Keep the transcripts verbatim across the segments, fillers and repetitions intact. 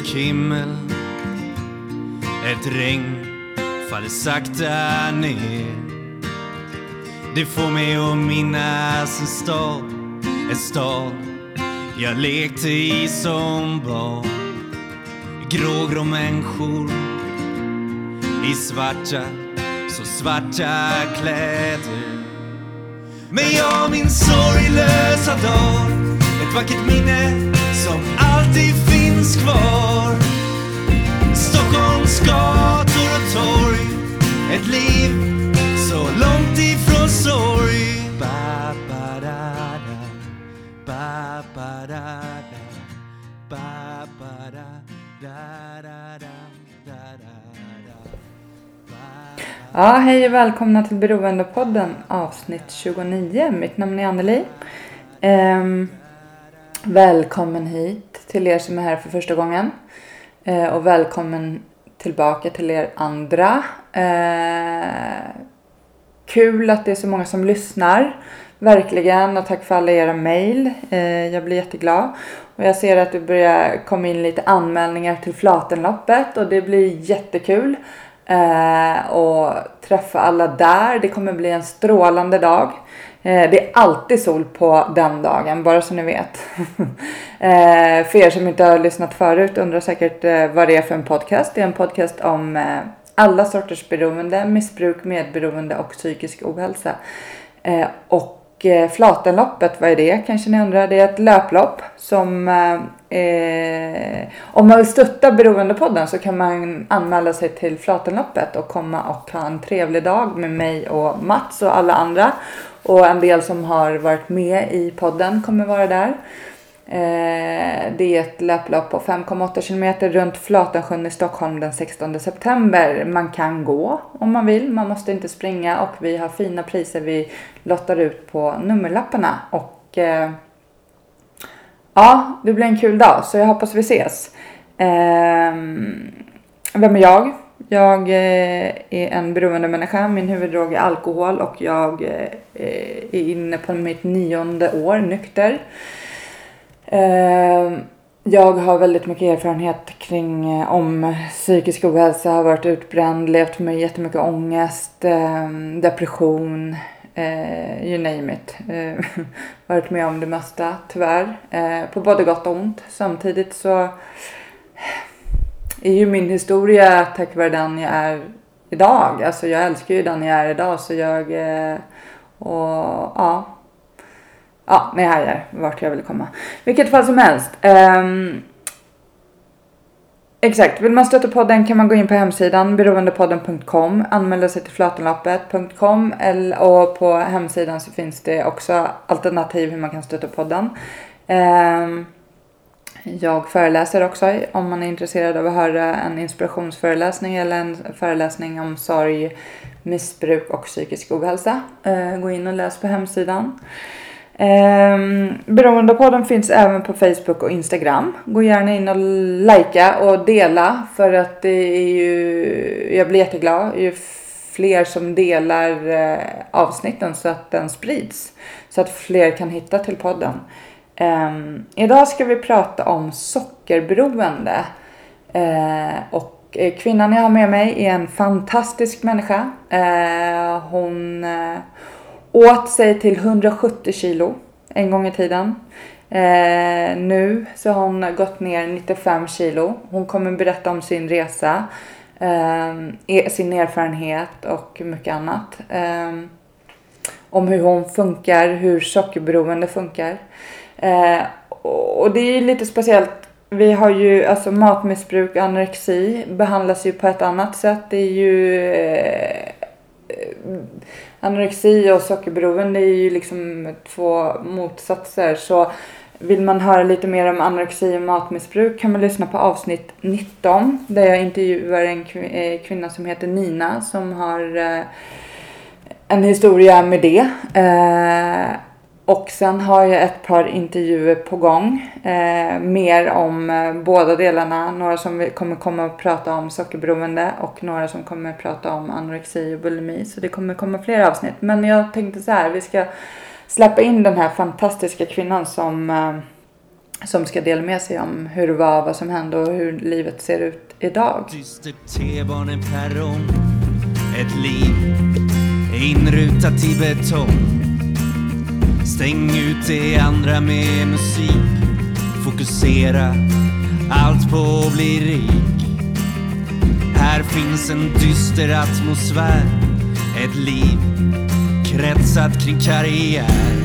mörk himmel. Ett regn faller sakta ner. Det får mig att minnas en stad, en stad jag lekte i som barn. Grågrå människor i svarta, så svarta kläder. Men jag minns sorglösa dag, ett vackert minne som alltid finns kvar. Stockholms gator och torg, ett liv så långt ifrån sorg. Ba, ba, da, da. Ba, ba, da, da. Ba, ba, da, da, da, da, da, da. Ja, hej och välkomna till Beroendepodden avsnitt tjugonio. Mitt namn är Anneli. Ehm, välkommen hit till er som är här för första gången. Ehm, och välkommen tillbaka till er andra. Ehm, kul att det är så många som lyssnar. Verkligen, och tack för alla era mejl. Ehm, jag blir jätteglad. Och jag ser att det börjar komma in lite anmälningar till Flatenloppet. Och det blir jättekul. Eh, och träffa alla där. Det kommer bli en strålande dag. eh, Det är alltid sol på den dagen, bara så ni vet. eh, För er som inte har lyssnat förut undrar säkert eh, vad det är för en podcast. Det är en podcast om eh, alla sorters beroende, missbruk, medberoende och psykisk ohälsa. eh, Och eh, Flatenloppet, vad är det? Kanske ni undrar. Det är ett löplopp som eh, Eh, om man vill stötta Beroendepodden så kan man anmäla sig till Flatenloppet och komma och ha en trevlig dag med mig och Mats och alla andra. Och en del som har varit med i podden kommer vara där. Eh, det är ett löplopp på fem komma åtta kilometer runt Flatensjön i Stockholm den sextonde september. Man kan gå om man vill, man måste inte springa, och vi har fina priser vi lottar ut på nummerlapparna. Och eh, ja, det blir en kul dag, så jag hoppas vi ses. Eh, vem är jag? Jag eh, är en beroende människa. Min huvuddrog är alkohol och jag eh, är inne på mitt nionde år nykter. Eh, jag har väldigt mycket erfarenhet kring eh, om psykisk ohälsa, har varit utbränd, levt med jättemycket ångest, eh, depression. Uh, you name it. Uh, varit med om det mesta, tyvärr. Uh, på både gott och ont. Samtidigt så är ju min historia tack vare den jag är idag. Alltså jag älskar ju den jag är idag. Så jag... Uh, och ja... Ja, men här är vart jag vill komma. Vilket fall som helst. Um, Exakt, vill man stötta podden kan man gå in på hemsidan beroendepodden punkt com, anmäla sig till flatenloppet punkt com, och på hemsidan så finns det också alternativ hur man kan stötta podden. Jag föreläser också om man är intresserad av att höra en inspirationsföreläsning eller en föreläsning om sorg, missbruk och psykisk ohälsa. Gå in och läs på hemsidan. Um, Beroendepodden finns även på Facebook och Instagram. Gå gärna in och likea och dela, för att det är ju, jag blir jätteglad ju fler som delar uh, avsnitten så att den sprids, så att fler kan hitta till podden. Um, idag ska vi prata om sockerberoende. Uh, och uh, kvinnan jag har med mig är en fantastisk människa. Uh, hon... Uh, åt sig till hundrasjuttio kilo en gång i tiden. Eh, nu så har hon gått ner nittiofem kilo. Hon kommer berätta om sin resa, eh, sin erfarenhet och mycket annat. Eh, om hur hon funkar, hur sockerberoende funkar. Eh, och det är lite speciellt. Vi har ju, alltså matmissbruk, anorexi behandlas ju på ett annat sätt. Det är ju... Eh, anorexi och sockerberoende är ju liksom två motsatser. Så vill man höra lite mer om anorexi och matmissbruk kan man lyssna på avsnitt nitton. Där jag intervjuar en kvinna som heter Nina, som har en historia med det. Och sen har jag ett par intervjuer på gång. Eh, mer om eh, båda delarna. Några som kommer komma och prata om sockerberoende. Och några som kommer prata om anorexi och bulimi. Så det kommer komma fler avsnitt. Men jag tänkte så här. Vi ska släppa in den här fantastiska kvinnan som, eh, som ska dela med sig om hur det var, vad som hände och hur livet ser ut idag. Dystert T-barn, en perrong. Ett liv inrutat i betong. Stäng ut det andra med musik. Fokusera allt på att bli rik. Här finns en dyster atmosfär. Ett liv kretsat kring karriär.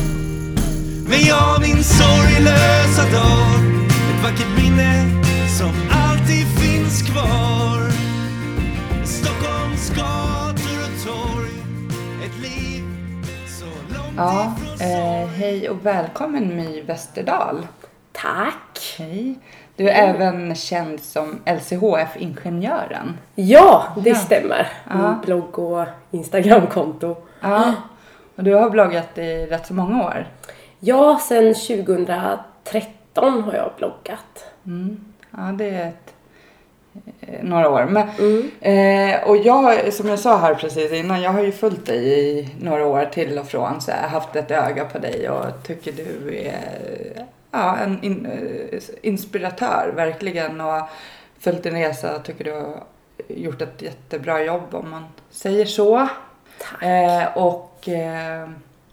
Men jag min sorglösa dag. Ett vackert minne som alltid finns kvar. Stockholms gator och torg. Ett liv så långt Ja, ifrån eh, hej och välkommen My Westerdahl. Tack! Hej. Du är mm. även känd som L C H F-ingenjören. Ja, det ja. stämmer. Ja. Min blogg och Instagramkonto. Ja, och du har bloggat i rätt så många år. Ja, sedan tjugohundratretton har jag bloggat. Mm. Ja, det är ett, eh, några år. Men, Mm. eh, och jag, som jag sa här precis innan, jag har ju följt dig i några år till och från. Så jag har haft ett öga på dig och tycker du är ja, en in, eh, inspiratör verkligen. Och följt din resa och tycker du har gjort ett jättebra jobb om man säger så. Tack. Eh, och eh,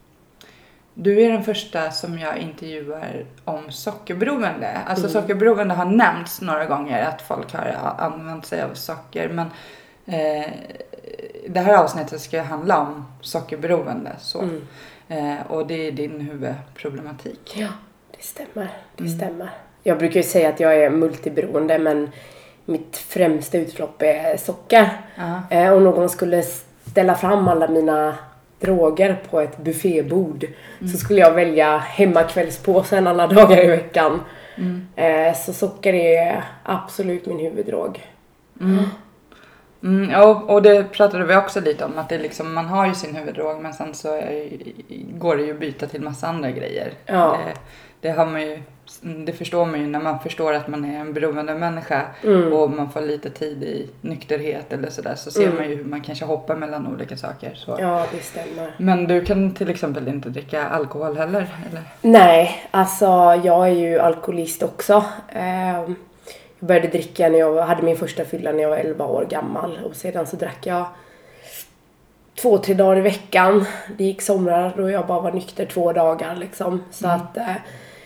du är den första som jag intervjuar om sockerberoende. Alltså Mm. sockerberoende har nämnts några gånger att folk har använt sig av socker. Men eh, det här avsnittet ska handla om sockerberoende. Så. Mm. Eh, och det är din huvudproblematik. Ja, det stämmer. Det Mm. stämmer. Jag brukar ju säga att jag är multiberoende, men mitt främsta utlopp är socker. Ja. Eh, om någon skulle ställa fram alla mina droger på ett buffébord Mm. så skulle jag välja hemmakvällspåsen alla dagar i veckan. Mm. Eh, så socker är absolut min huvuddrog. Mm. Mm, ja, och det pratade vi också lite om, att det liksom, man har ju sin huvuddrog men sen så är, går det ju att byta till massa andra grejer. Ja. Det, det, har man ju, det förstår man ju när man förstår att man är en beroende människa Mm. och man får lite tid i nykterhet eller sådär, så ser Mm. man ju hur man kanske hoppar mellan olika saker. Så. Ja, det stämmer. Men du kan till exempel inte dricka alkohol heller, eller? Nej, alltså jag är ju alkoholist också. Eh, jag började dricka när jag hade min första fylla när jag var elva år gammal. Och sedan så drack jag två, tre dagar i veckan. Det gick somrar då jag bara var nykter två dagar liksom. Så Mm. att, eh,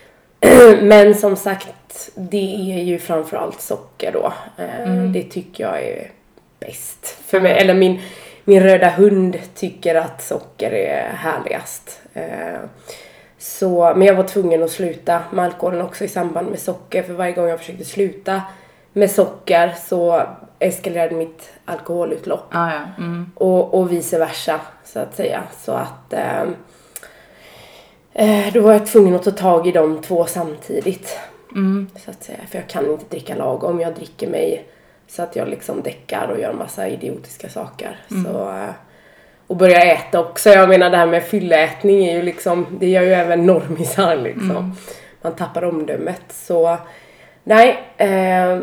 men som sagt, det är ju framförallt socker då. Eh, Mm. Det tycker jag är bäst för mig. Eller min, min röda hund tycker att socker är härligast. Eh, Så, men jag var tvungen att sluta med alkoholen också i samband med socker. För varje gång jag försökte sluta med socker så eskalerade mitt alkoholutlopp. Ah, ja. Mm. Och, och vice versa, så att säga. Så att eh, eh, då var jag tvungen att ta tag i de två samtidigt. Mm. Så att säga. För jag kan inte dricka lagom. Jag dricker mig så att jag liksom däckar och gör massa idiotiska saker. Mm. Så... Eh, Och börja äta också. Jag menar det här med fyllätning är ju liksom, det gör ju även normisar liksom. Mm. Man tappar omdömet. Så nej. Eh,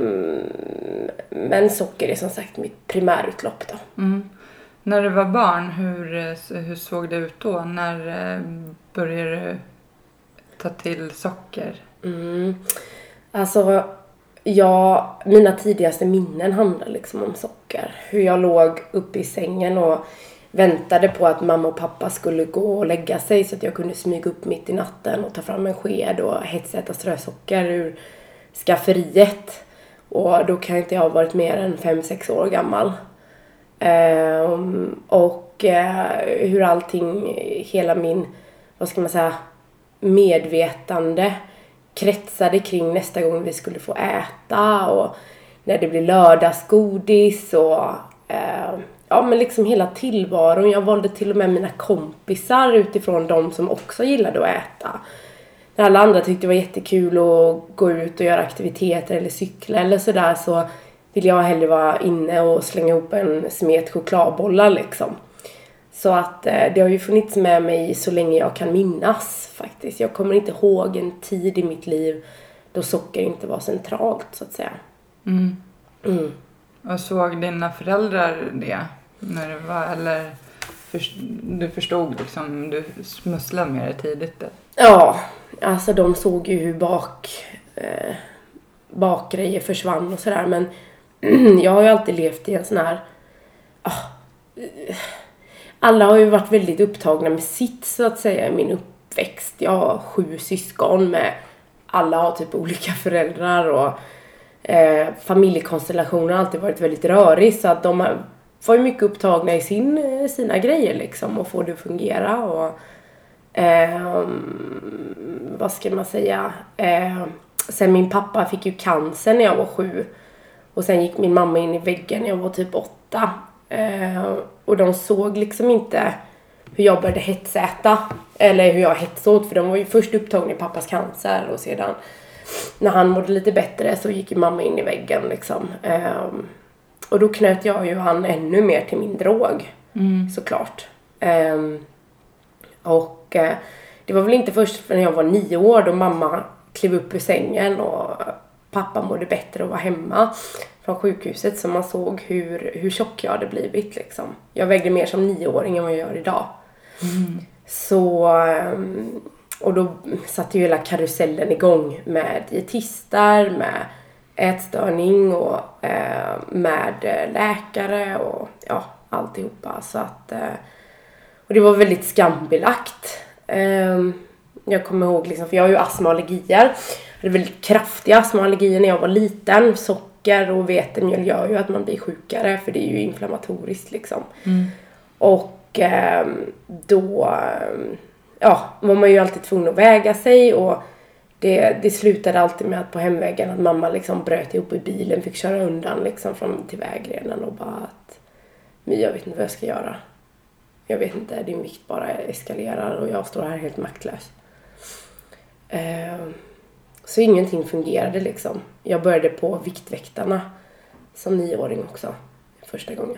men socker är som sagt mitt primärutlopp då. Mm. När du var barn, hur, hur såg det ut då? När eh, började du ta till socker? Mm. Alltså, ja, mina tidigaste minnen handlar liksom om socker. Hur jag låg uppe i sängen och väntade på att mamma och pappa skulle gå och lägga sig så att jag kunde smyga upp mitt i natten och ta fram en sked och hetsäta strösocker ur skafferiet. Och då kan inte jag ha varit mer än fem sex år gammal. Um, och uh, hur allting, hela min, vad ska man säga, medvetande kretsade kring nästa gång vi skulle få äta och när det blir lördagsgodis och uh, ja, men liksom hela tillvaron. Jag valde till och med mina kompisar utifrån de som också gillade att äta. När alla andra tyckte det var jättekul att gå ut och göra aktiviteter eller cykla eller sådär, så vill jag hellre vara inne och slänga ihop en smet chokladbollar liksom. Så att eh, det har ju funnits med mig så länge jag kan minnas faktiskt. Jag kommer inte ihåg en tid i mitt liv då socker inte var centralt så att säga. Mm. Mm. Och såg dina föräldrar det när det var, eller för, du förstod liksom, du smusslade med det tidigt? Ja, alltså de såg ju hur bak, eh, bakgrejer försvann och sådär. Men jag har ju alltid levt i en sån här... Ah, alla har ju varit väldigt upptagna med sitt, så att säga, i min uppväxt. Jag har sju syskon med... Alla har typ olika föräldrar och eh, familjekonstellationen har alltid varit väldigt rörig. Så att de var ju mycket upptagna i sin, sina grejer liksom och få det att fungera. Och eh, vad ska man säga... Eh, sen min pappa fick ju cancer när jag var sju. Och sen gick min mamma in i väggen när jag var typ åtta. Eh, och de såg liksom inte hur jag började hetsäta. Eller hur jag hetsåt. För de var ju först upptagna i pappas cancer. Och sedan när han mådde lite bättre så gick ju mamma in i väggen liksom. Eh, och då knöt jag ju han ännu mer till min drog. Mm. Såklart. Eh, och eh, det var väl inte först när jag var nio år då mamma klev upp ur sängen och pappa mådde bättre och var hemma från sjukhuset, så man såg hur, hur tjock jag hade blivit liksom. Jag vägde mer som nioåring än vad jag gör idag. Mm. Så, och då satte ju hela karusellen igång med dietister, med ätstörning och eh, med läkare och ja, alltihopa. Så att, eh, och det var väldigt skambelagt. Eh, jag kommer ihåg liksom, för jag har ju astma och allergier. Jag hade väldigt kraftiga astma och allergier när jag var liten. Socker och vetemjöl gör ju att man blir sjukare, för det är ju inflammatoriskt liksom. Mm. Och eh, då ja, var man ju alltid tvungen att väga sig, och det, det slutade alltid med att på hemvägen att mamma liksom bröt ihop i bilen, fick köra undan liksom från till vägrenen och bara att men jag vet inte vad jag ska göra. Jag vet inte, din vikt bara eskalerar och jag står här helt maktlös. Eh, så ingenting fungerade liksom. Jag började på Viktväktarna som nioåring också, första gången.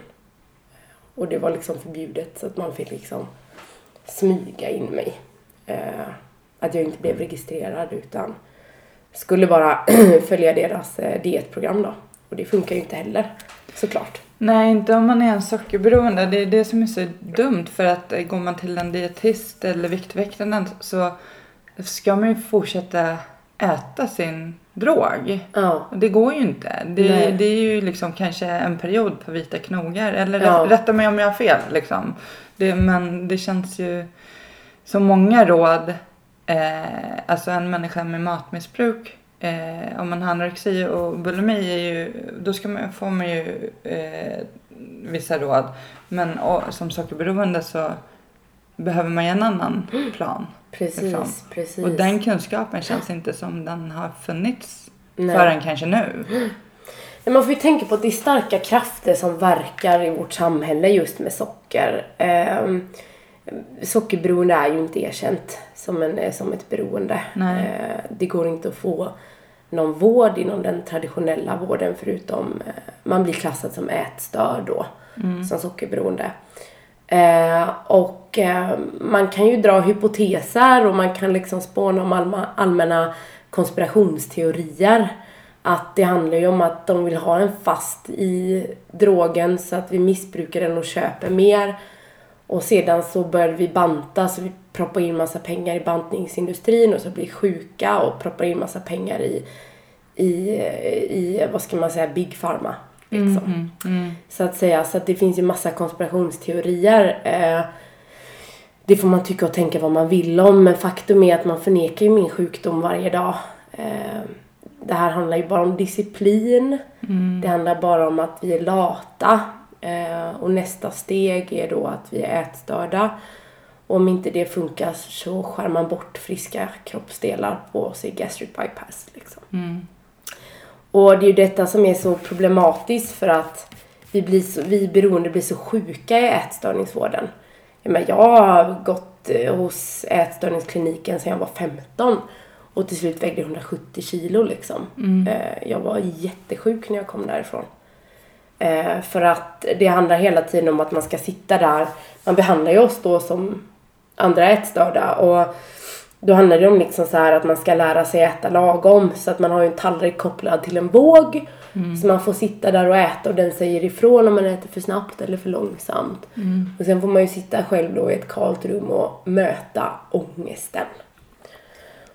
Och det var liksom förbjudet, så att man fick liksom smyga in mig. Eh, att jag inte blev registrerad utan skulle bara följa deras eh, dietprogram då. Och det funkar ju inte heller, såklart. Nej, inte om man är en sockerberoende. Det är det som är så dumt, för att går man till en dietist eller Viktväktarna så ska man ju fortsätta äta sin drog. Ja. Och det går ju inte. Det, det är ju liksom kanske en period på vita knogar. Eller ja. Rätta mig om jag har fel liksom. Det, men det känns ju som många råd. Eh, alltså en människa med matmissbruk. Eh, om man har anorexi och bulimi är ju, då ska man, får man ju eh, vissa råd. Men och, som sockerberoende så behöver man ju en annan plan. Precis, liksom. precis. Och den kunskapen känns inte som den har funnits Nej. förrän kanske nu. Men man får ju tänka på att det är starka krafter som verkar i vårt samhälle just med socker. Eh, sockerberoende är ju inte erkänt som, en, som ett beroende. Eh, det går inte att få någon vård inom den traditionella vården, förutom eh, man blir klassad som ätstörd då, mm. som sockerberoende. Eh, och eh, man kan ju dra hypoteser och man kan liksom spåna om allma, allmänna konspirationsteorier. Att det handlar ju om att de vill ha en fast i drogen så att vi missbrukar den och köper mer. Och sedan så börjar vi banta, så vi proppar in massa pengar i bantningsindustrin och så blir sjuka och proppar in massa pengar i, i, i vad ska man säga, Big Pharma. Liksom. Mm, mm. Så att säga, så att det finns ju massa konspirationsteorier. Eh, det får man tycka och tänka vad man vill om, men faktum är att man förnekar ju min sjukdom varje dag. Eh, det här handlar ju bara om disciplin. Mm. Det handlar bara om att vi är lata. Eh, och nästa steg är då att vi är ätstörda. Och om inte det funkar så skär man bort friska kroppsdelar på sig, gastric bypass liksom. Mm. Och det är ju detta som är så problematiskt, för att vi, blir så, vi beroende blir så sjuka i ätstörningsvården. Jag, jag har gått hos ätstörningskliniken sedan jag var femton och till slut vägde hundrasjuttio kilo liksom. Mm. Jag var jättesjuk när jag kom därifrån. För att det handlar hela tiden om att man ska sitta där. Man behandlar ju oss då som andra ätstörda, och då handlar det om liksom så här att man ska lära sig äta lagom. Så att man har ju en tallrik kopplad till en våg. Mm. Så man får sitta där och äta, och den säger ifrån om man äter för snabbt eller för långsamt. Mm. Och sen får man ju sitta själv då i ett kallt rum och möta ångesten.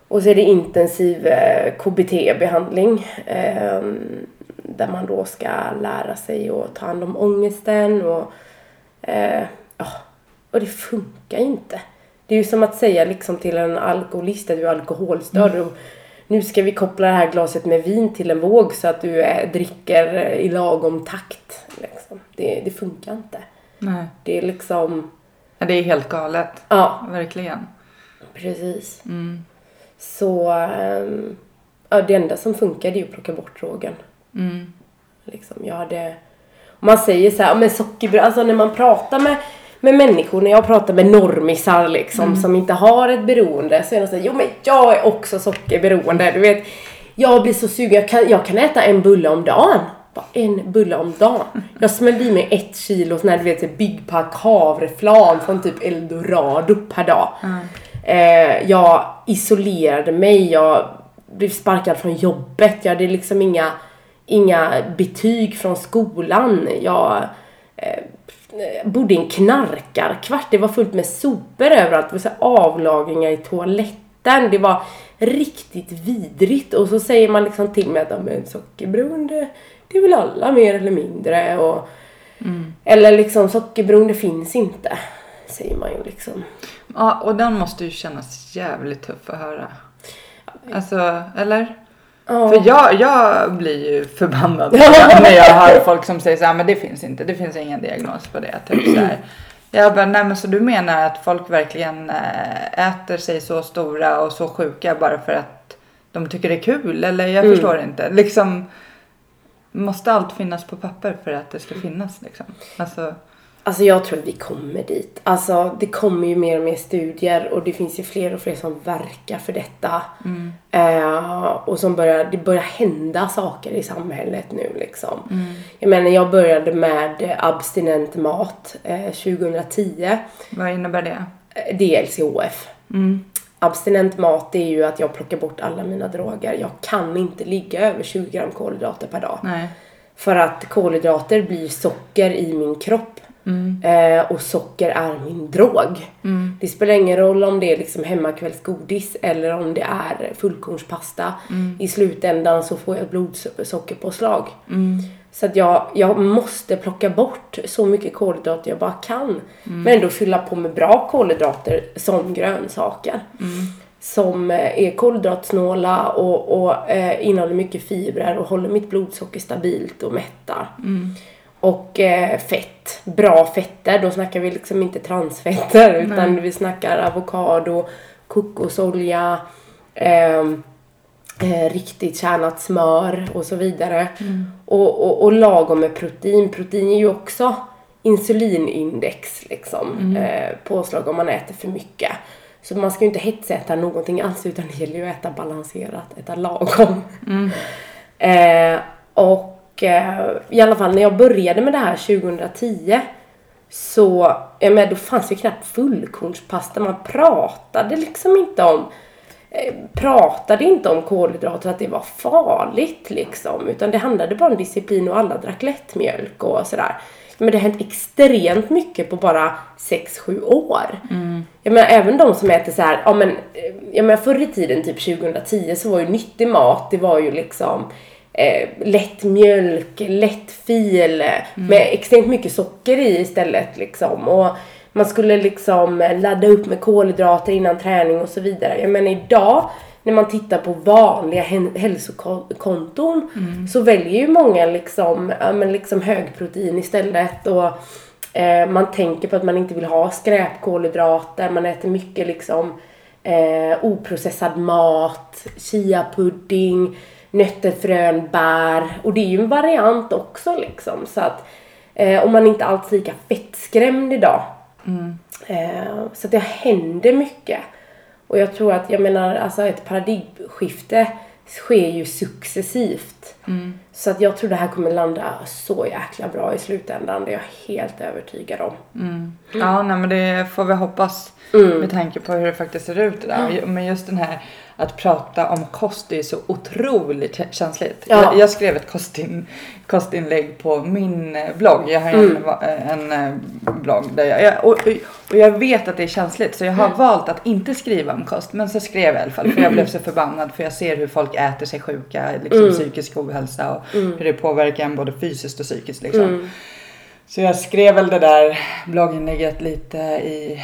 Och så är det intensiv eh, K B T-behandling. Eh, där man då ska lära sig att ta hand om ångesten. Och, eh, ja, och det funkar inte. Det är ju som att säga liksom till en alkoholist att du är alkoholstörd. Mm. Och nu ska vi koppla det här glaset med vin till en våg så att du är, dricker i lagom takt. Liksom. Det, det funkar inte. Nej. Det är liksom... Ja, det är helt galet. Ja. Verkligen. Precis. Mm. Så um, ja, det enda som funkar är ju att plocka bort drogen. Mm. Liksom, jag hade... Man säger så här, men sockerbröd, alltså när man pratar med, med människor, när jag pratar med normisar liksom, mm. som inte har ett beroende, så är de så här, jo men jag är också sockerberoende, du vet, jag blir så sugen, jag kan, jag kan äta en bulle om dagen. Bara en bulle om dagen. Jag smällde i mig ett kilo sån här, du vet, Big Pack havreflan från typ Eldorado per dag. Mm. Eh, jag isolerade mig, jag blev sparkad från jobbet, jag hade liksom inga, inga betyg från skolan, jag eh, bodde i en knarkarkvart, det var fullt med sopor överallt, det var så här avlagringar i toaletten, det var riktigt vidrigt. Och så säger man liksom till mig att men sockerberoende, det är väl alla mer eller mindre, och mm. eller liksom sockerberoende finns inte, säger man ju liksom. Ja, och den måste ju kännas jävligt tuff att höra. Alltså, eller? Ja. För jag, jag blir ju förbannad när jag hör folk som säger så här, men det finns inte, det finns ingen diagnos på det. Typ så här. Jag bara, nej men så du menar att folk verkligen äter sig så stora och så sjuka bara för att de tycker det är kul? Eller jag mm. förstår inte. Liksom, måste allt finnas på papper för att det ska finnas liksom? Alltså... Alltså jag tror att vi kommer dit. Alltså det kommer ju mer och mer studier och det finns ju fler och fler som verkar för detta. Mm. Eh, och som börjar, det börjar hända saker i samhället nu liksom. Mm. Jag menar, jag började med abstinent mat eh, tjugohundratio. Vad innebär det? Det är L C H F. Mm. Abstinent mat, det är ju att jag plockar bort alla mina droger. Jag kan inte ligga över tjugo gram kolhydrater per dag. Nej. För att kolhydrater blir socker i min kropp. Mm. Eh, och socker är min drog. Mm. Det spelar ingen roll om det är liksom hemmakvällsgodis eller om det är fullkornspasta. Mm. I slutändan så får jag blodsockerpåslag. Mm. Så att jag, jag måste plocka bort så mycket kolhydrater jag bara kan. Mm. Men ändå fylla på med bra kolhydrater som grönsaker. Mm. Som är kolhydratsnåla och, och eh, innehåller mycket fibrer och håller mitt blodsocker stabilt och mättar. Mm. Och eh, fett, bra fetter, då snackar vi liksom inte transfetter. Nej. Utan vi snackar avokado, kokosolja, eh, eh, riktigt kärnat smör och så vidare. Mm. Och, och, och lagom med protein. Protein är ju också insulinindex liksom, mm. eh, påslag om man äter för mycket. Så man ska ju inte hetsäta någonting alls, utan det gäller ju att äta balanserat, äta lagom. Mm. eh, och i alla fall när jag började med det här tjugohundratio, så ja, men då fanns ju knappt fullkornspasta. Man pratade liksom inte om eh, pratade inte om kolhydrater, att det var farligt liksom, utan det handlade bara om disciplin och alla drack lättmjölk och sådär. Men det har hänt extremt mycket på bara sex sju år. Mm. Jag menar, även de som äter så här, ja men, jag menar förr i tiden typ tjugohundratio så var ju nyttig mat, det var ju liksom Eh, lätt mjölk, lätt fil mm. med extremt mycket socker i istället liksom. Och man skulle liksom ladda upp med kolhydrater innan träning och så vidare. Jag menar idag när man tittar på vanliga hälsokonton mm. så väljer ju många liksom, ja, men liksom högprotein istället. Och eh, man tänker på att man inte vill ha skräpkolhydrater. Man äter mycket liksom eh, oprocessad mat, chiapudding, nötter, frön, bär. Och det är ju en variant också liksom. Så att eh, om man inte alls lika fettskrämd idag. Mm. Eh, så att det händer mycket. Och jag tror att, jag menar, alltså ett paradigmskifte sker ju successivt. Mm. Så att jag tror det här kommer landa så jäkla bra i slutändan. Det är jag helt övertygad om. Mm. Mm. Ja, nej, men det får vi hoppas Mm. med tanke på hur det faktiskt ser ut där. Men just den här att prata om kost är så otroligt känsligt. Ja. Jag, jag skrev ett kostin, kostinlägg på min blogg. Jag har Mm. en, en blogg där jag, jag och, och jag vet att det är känsligt, så jag har mm. valt att inte skriva om kost, men så skrev jag i alla fall för jag blev så förbannad, för jag ser hur folk äter sig sjuka, liksom mm. psykisk ohälsa och mm. hur det påverkar en både fysiskt och psykiskt liksom. Mm. Så jag skrev väl det där blogginlägget lite i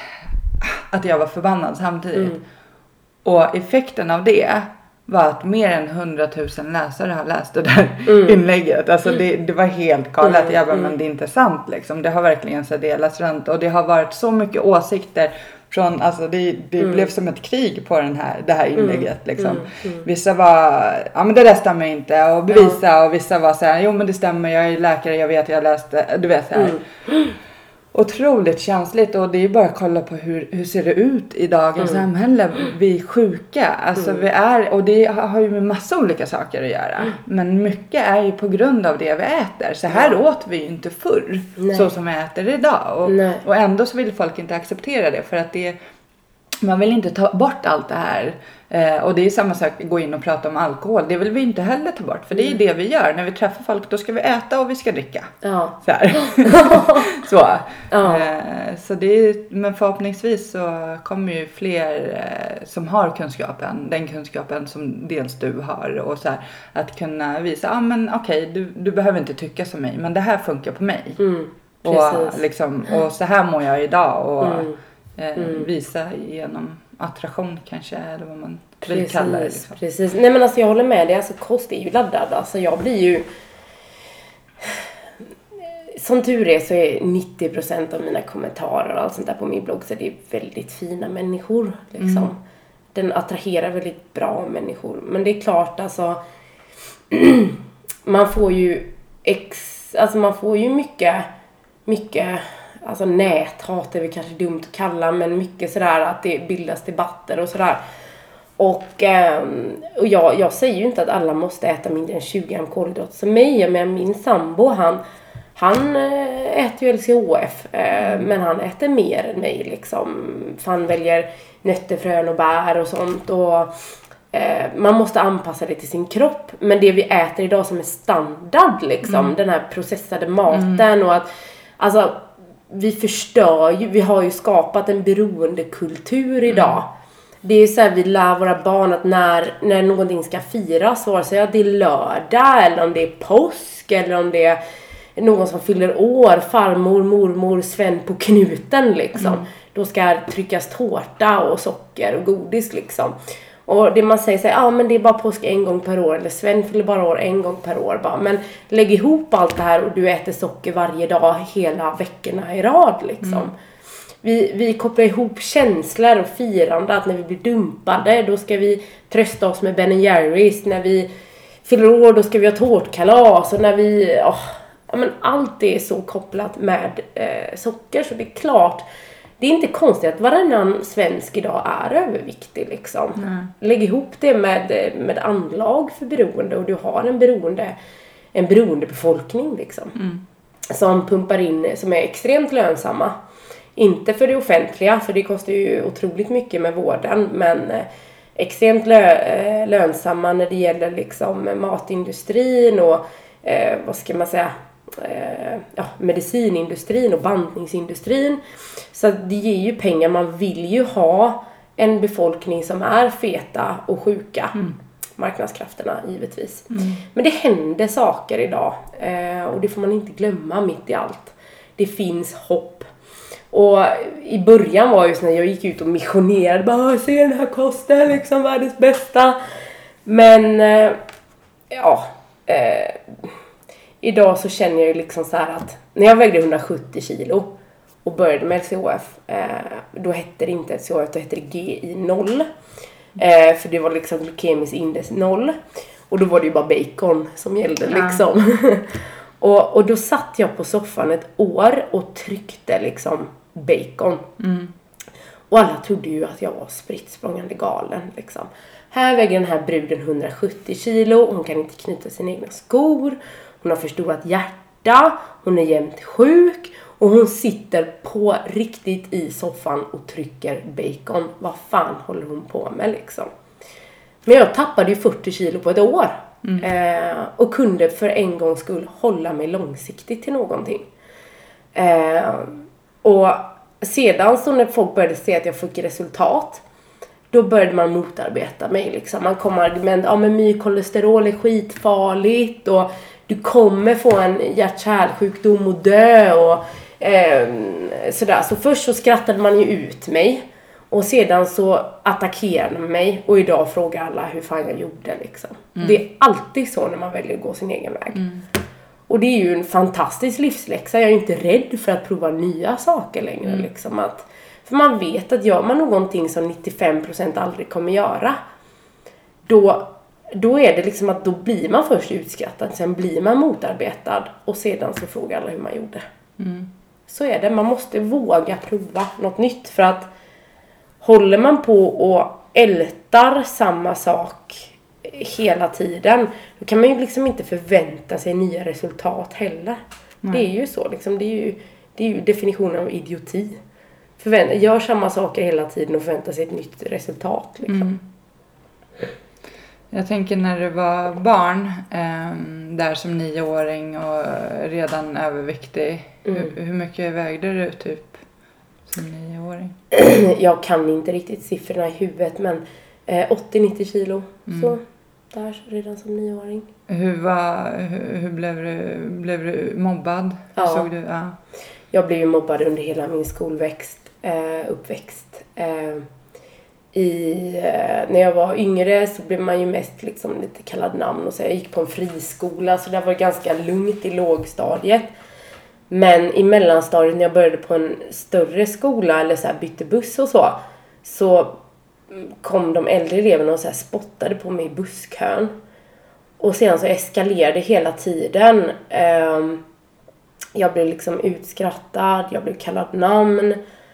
att jag var förbannad samtidigt. Mm. Och effekten av det var att mer än hundratusen läsare har läst det där mm. inlägget. Alltså det, det var helt galet. Mm. Jag bara, men det är inte sant liksom. Det har verkligen så delats runt. Och det har varit så mycket åsikter från, alltså det, det mm. blev som ett krig på den här, det här inlägget liksom. Mm. Mm. Vissa var, ja men det där stämmer inte och bevisa. Ja. Och vissa var så här, jo men det stämmer, jag är läkare, jag vet, jag läste, du vet så här. Mm. Otroligt känsligt, och det är bara att kolla på hur, hur ser det ut i dagens mm. samhälle. Vi är sjuka, alltså mm. vi är, och det har ju med massa olika saker att göra. Mm. Men mycket är ju på grund av det vi äter. Så här ja. åt vi ju inte förr, Nej. så som vi äter idag. Och, och ändå så vill folk inte acceptera det, för att det, man vill inte ta bort allt det här. Eh, och det är samma sak att gå in och prata om alkohol. Det vill vi inte heller ta bort. För det är mm. det vi gör. När vi träffar folk, då ska vi äta och vi ska dricka. Ja. Så här. så. Ja. Eh, så det är, men förhoppningsvis så kommer ju fler eh, som har kunskapen. Den kunskapen som dels du har. Och så här, att kunna visa, ja ah, men okej, okay, du, du behöver inte tycka som mig. Men det här funkar på mig. Mm. Och, liksom, och så här mår jag idag. Och mm. eh, Mm. visa genom attraktion kanske, eller vad man precis, vill kalla det liksom. Precis, nej men alltså jag håller med dig, alltså kost är ju laddad, alltså jag blir ju, som tur är så är nittio procent av mina kommentarer och allt sånt där på min blogg, så det är väldigt fina människor liksom. Mm. Den attraherar väldigt bra människor, men det är klart alltså man får ju ex, alltså man får ju mycket mycket alltså näthat är väl kanske dumt att kalla, men mycket sådär att det bildas debatter och sådär. Och, och jag, jag säger ju inte att alla måste äta mindre än tjugo gram kolhydrater som mig. Men min sambo, han, han äter ju L C H F, men han äter mer än mig liksom. För han väljer nötter, frön och bär och sånt. Och man måste anpassa det till sin kropp. Men det vi äter idag som är standard liksom, mm. den här processade maten mm. och att, alltså vi förstör ju, vi har ju skapat en beroendekultur idag. Mm. Det är så här, vi lär våra barn att när, när någonting ska firas, vare sig det är lördag eller om det är påsk eller om det är någon som fyller år, farmor, mormor, Sven på knuten liksom. Mm. Då ska tryckas tårta och socker och godis liksom. Och det man säger så ja ah, men det är bara påsk en gång per år, eller Sven fyller bara år en gång per år bara. Men lägg ihop allt det här och du äter socker varje dag hela veckorna i rad liksom. Mm. Vi, vi kopplar ihop känslor och firande, att när vi blir dumpade då ska vi trösta oss med Ben and Jerry's, när vi fyller år då ska vi ha tårtkalas, och när vi, oh, ja men allt är så kopplat med eh, socker, så det är klart. Det är inte konstigt att varannan svensk idag är överviktig liksom. Mm. Lägg ihop det med, med anlag för beroende, och du har en beroende, en beroende befolkning liksom. Mm. Som pumpar in, som är extremt lönsamma. Inte för det offentliga, för det kostar ju otroligt mycket med vården, men eh, extremt lö, lönsamma när det gäller liksom matindustrin och eh, vad ska man säga, eh, ja, medicinindustrin och bantningsindustrin. Så det ger ju pengar. Man vill ju ha en befolkning som är feta och sjuka. Mm. Marknadskrafterna givetvis. Mm. Men det händer saker idag, eh, och det får man inte glömma mitt i allt. Det finns hopp. Och i början var ju så när jag gick ut och missionerade, bara se den här kosten liksom, världens bästa. Men eh, ja eh, idag så känner jag ju liksom så här att när jag vägde hundrasjuttio kilo och började med L C H F, eh, då hette det inte L C H F, då hette det G I noll. Eh, för det var liksom glykemisk index noll. Och då var det ju bara bacon som gällde ja. liksom. och, och då satt jag på soffan ett år och tryckte liksom bacon. Mm. Och alla trodde ju att jag var spritt språngande galen liksom. Här väger den här bruden hundrasjuttio kilo. Hon kan inte knyta sina egna skor. Hon har förstorat hjärta. Hon är jämt sjuk. Och hon sitter på riktigt i soffan och trycker bacon. Vad fan håller hon på med liksom? Men jag tappade ju fyrtio kilo på ett år. Mm. Eh, och kunde för en gångs skull hålla mig långsiktigt till någonting. Eh, och sedan så när folk började se att jag fick resultat. Då började man motarbeta mig liksom. Man kommer med ja men mykolesterol är skitfarligt. Och du kommer få en hjärt-kärlsjukdom och dö. Och eh, sådär. Så först så skrattade man ju ut mig. Och sedan så attackerade de mig. Och idag frågar alla hur fan jag gjorde liksom. Mm. Det är alltid så när man väljer att gå sin egen väg. Mm. Och det är ju en fantastisk livsläxa. Jag är inte rädd för att prova nya saker längre mm. liksom. Att, för man vet att gör man någonting som nittiofem procent aldrig kommer göra. Då, då är det liksom att då blir man först utskrattad. Sen blir man motarbetad. Och sedan så frågar alla hur man gjorde. Mm. Så är det. Man måste våga prova något nytt. För att håller man på och ältar samma sak hela tiden, då kan man ju liksom inte förvänta sig nya resultat heller. Nej. Det är ju så liksom, det är ju, det är ju definitionen av idioti. Förvänt, gör samma saker hela tiden och förvänta sig ett nytt resultat liksom. Mm. Jag tänker när du var barn eh, där som nioåring och redan överviktig, mm. hur, hur mycket vägde du typ som nioåring? Jag kan inte riktigt siffrorna i huvudet, men eh, åttio till nittio kilo. Mm. Så där redan som nioåring. Hur, var, hur, hur blev, du, blev du mobbad? Ja. Såg du? Ja. Jag blev ju mobbad under hela min skolväxt, eh, uppväxt. Eh, i, eh, när jag var yngre så blev man ju mest liksom lite kallad namn. Och så jag gick på en friskola, så det var ganska lugnt i lågstadiet. Men i mellanstadiet när jag började på en större skola eller så här bytte buss och så, så kom de äldre eleverna och så här spottade på mig i busskön. Och sen så eskalerade hela tiden. Jag blev liksom utskrattad, jag blev kallad namn.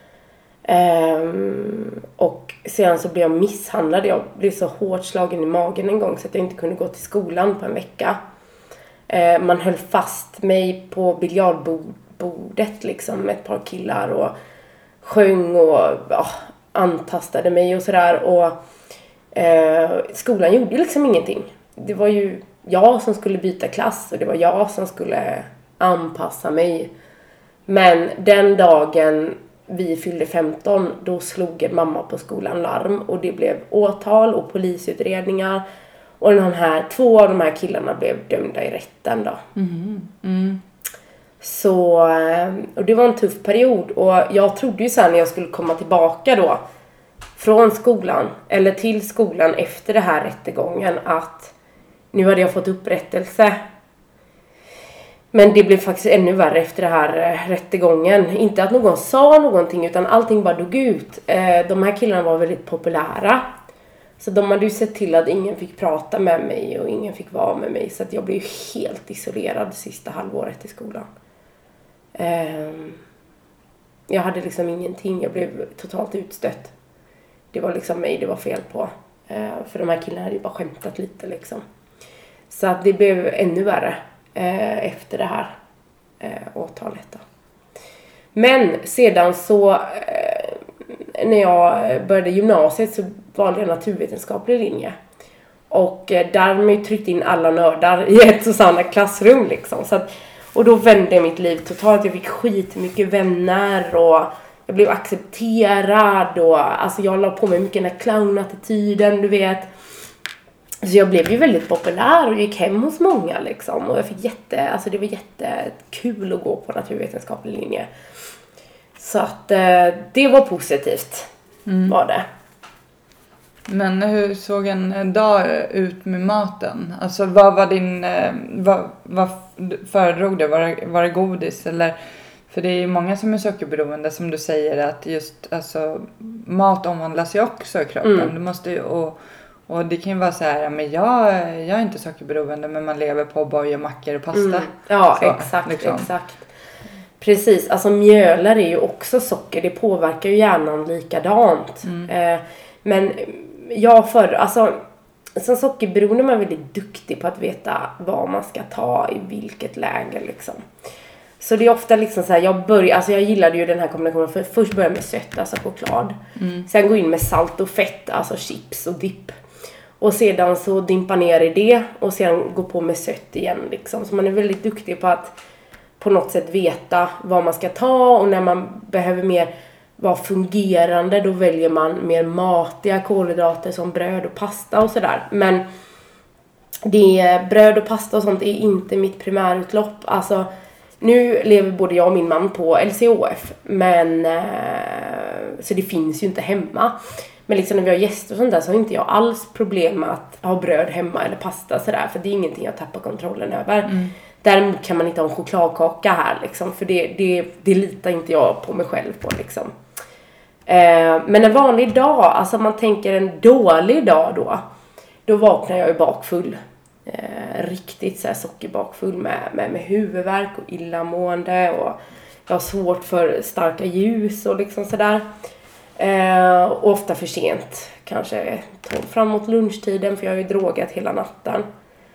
Och sen så blev jag misshandlad. Jag blev så hårt slagen i magen en gång så att jag inte kunde gå till skolan på en vecka. Man höll fast mig på biljardbordet liksom med ett par killar och sjöng och ja, antastade mig och sådär. Och eh, skolan gjorde liksom ingenting. Det var ju jag som skulle byta klass och det var jag som skulle anpassa mig. Men den dagen vi fyllde femton, då slog en mamma på skolan larm och det blev åtal och polisutredningar. Och den här, två av de här killarna blev dömda i rätten då. Mm. Mm. Så, och det var en tuff period. Och jag trodde ju sen när jag skulle komma tillbaka då från skolan, eller till skolan efter det här rättegången, att nu hade jag fått upprättelse. Men det blev faktiskt ännu värre efter det här rättegången. Inte att någon sa någonting, utan allting bara dog ut. De här killarna var väldigt populära. Så de hade ju sett till att ingen fick prata med mig och ingen fick vara med mig. Så att jag blev helt isolerad sista halvåret i skolan. Um, jag hade liksom ingenting. Jag blev totalt utstött. Det var liksom mig det var fel på. Uh, för de här killarna hade ju bara skämtat lite liksom. Så att det blev ännu värre uh, efter det här uh, åtalet då. Men sedan så... Uh, när jag började gymnasiet så valde jag naturvetenskaplig linje. Och där har man ju tryckt in alla nördar i ett och samma klassrum liksom. Så att, och då vände mitt liv totalt. Jag fick skitmycket vänner och jag blev accepterad. Och, alltså jag la på mig mycket den här clownattityden, du vet. Så jag blev ju väldigt populär och gick hem hos många liksom. Och jag fick jätte, alltså det var jättekul att gå på naturvetenskaplig linje. Så att eh, det var positivt, mm. var det. Men hur såg en dag ut med maten? Alltså vad var din, eh, vad, vad föredrog du? Var det, var det godis? Eller, för det är ju många som är sockerberoende som du säger att just alltså, mat omvandlas ju också i kroppen. Mm. Du måste ju, och, och det kan ju vara så här, men jag, jag är inte sockerberoende men man lever på boj och mackor och pasta. Mm. Ja, så, exakt, liksom. exakt. Precis, alltså mjölar är ju också socker. Det påverkar ju hjärnan likadant. Mm. Eh, men jag för, alltså som sockerberoende är man väldigt duktig på att veta vad man ska ta i vilket läge liksom. Så det är ofta liksom så här, jag börjar, alltså jag gillade ju den här kombinationen för först börja med sött, alltså choklad. Mm. Sen gå in med salt och fett, alltså chips och dipp. Och sedan så dimpa ner i det och sen gå på med sött igen liksom. Så man är väldigt duktig på att på något sätt veta vad man ska ta, och när man behöver mer vara fungerande då väljer man mer matiga kolhydrater som bröd och pasta och sådär. Men det, bröd och pasta och sånt är inte mitt primärutlopp. Alltså nu lever både jag och min man på L C O F, men så det finns ju inte hemma. Men liksom när vi har gäster och sånt där så har inte jag alls problem med att ha bröd hemma eller pasta sådär, för det är ingenting jag tappar kontrollen över. Mm. Däremot kan man inte ha en chokladkaka här liksom, för det, det, det litar inte jag på mig själv på liksom. Eh, men en vanlig dag, alltså man tänker en dålig dag då, då vaknar jag ju bakfull. Eh, riktigt så här sockerbakfull med, med, med huvudvärk och illamående, och jag har svårt för starka ljus och liksom sådär. Eh, och ofta för sent, kanske fram mot lunchtiden, för jag har ju drogat hela natten.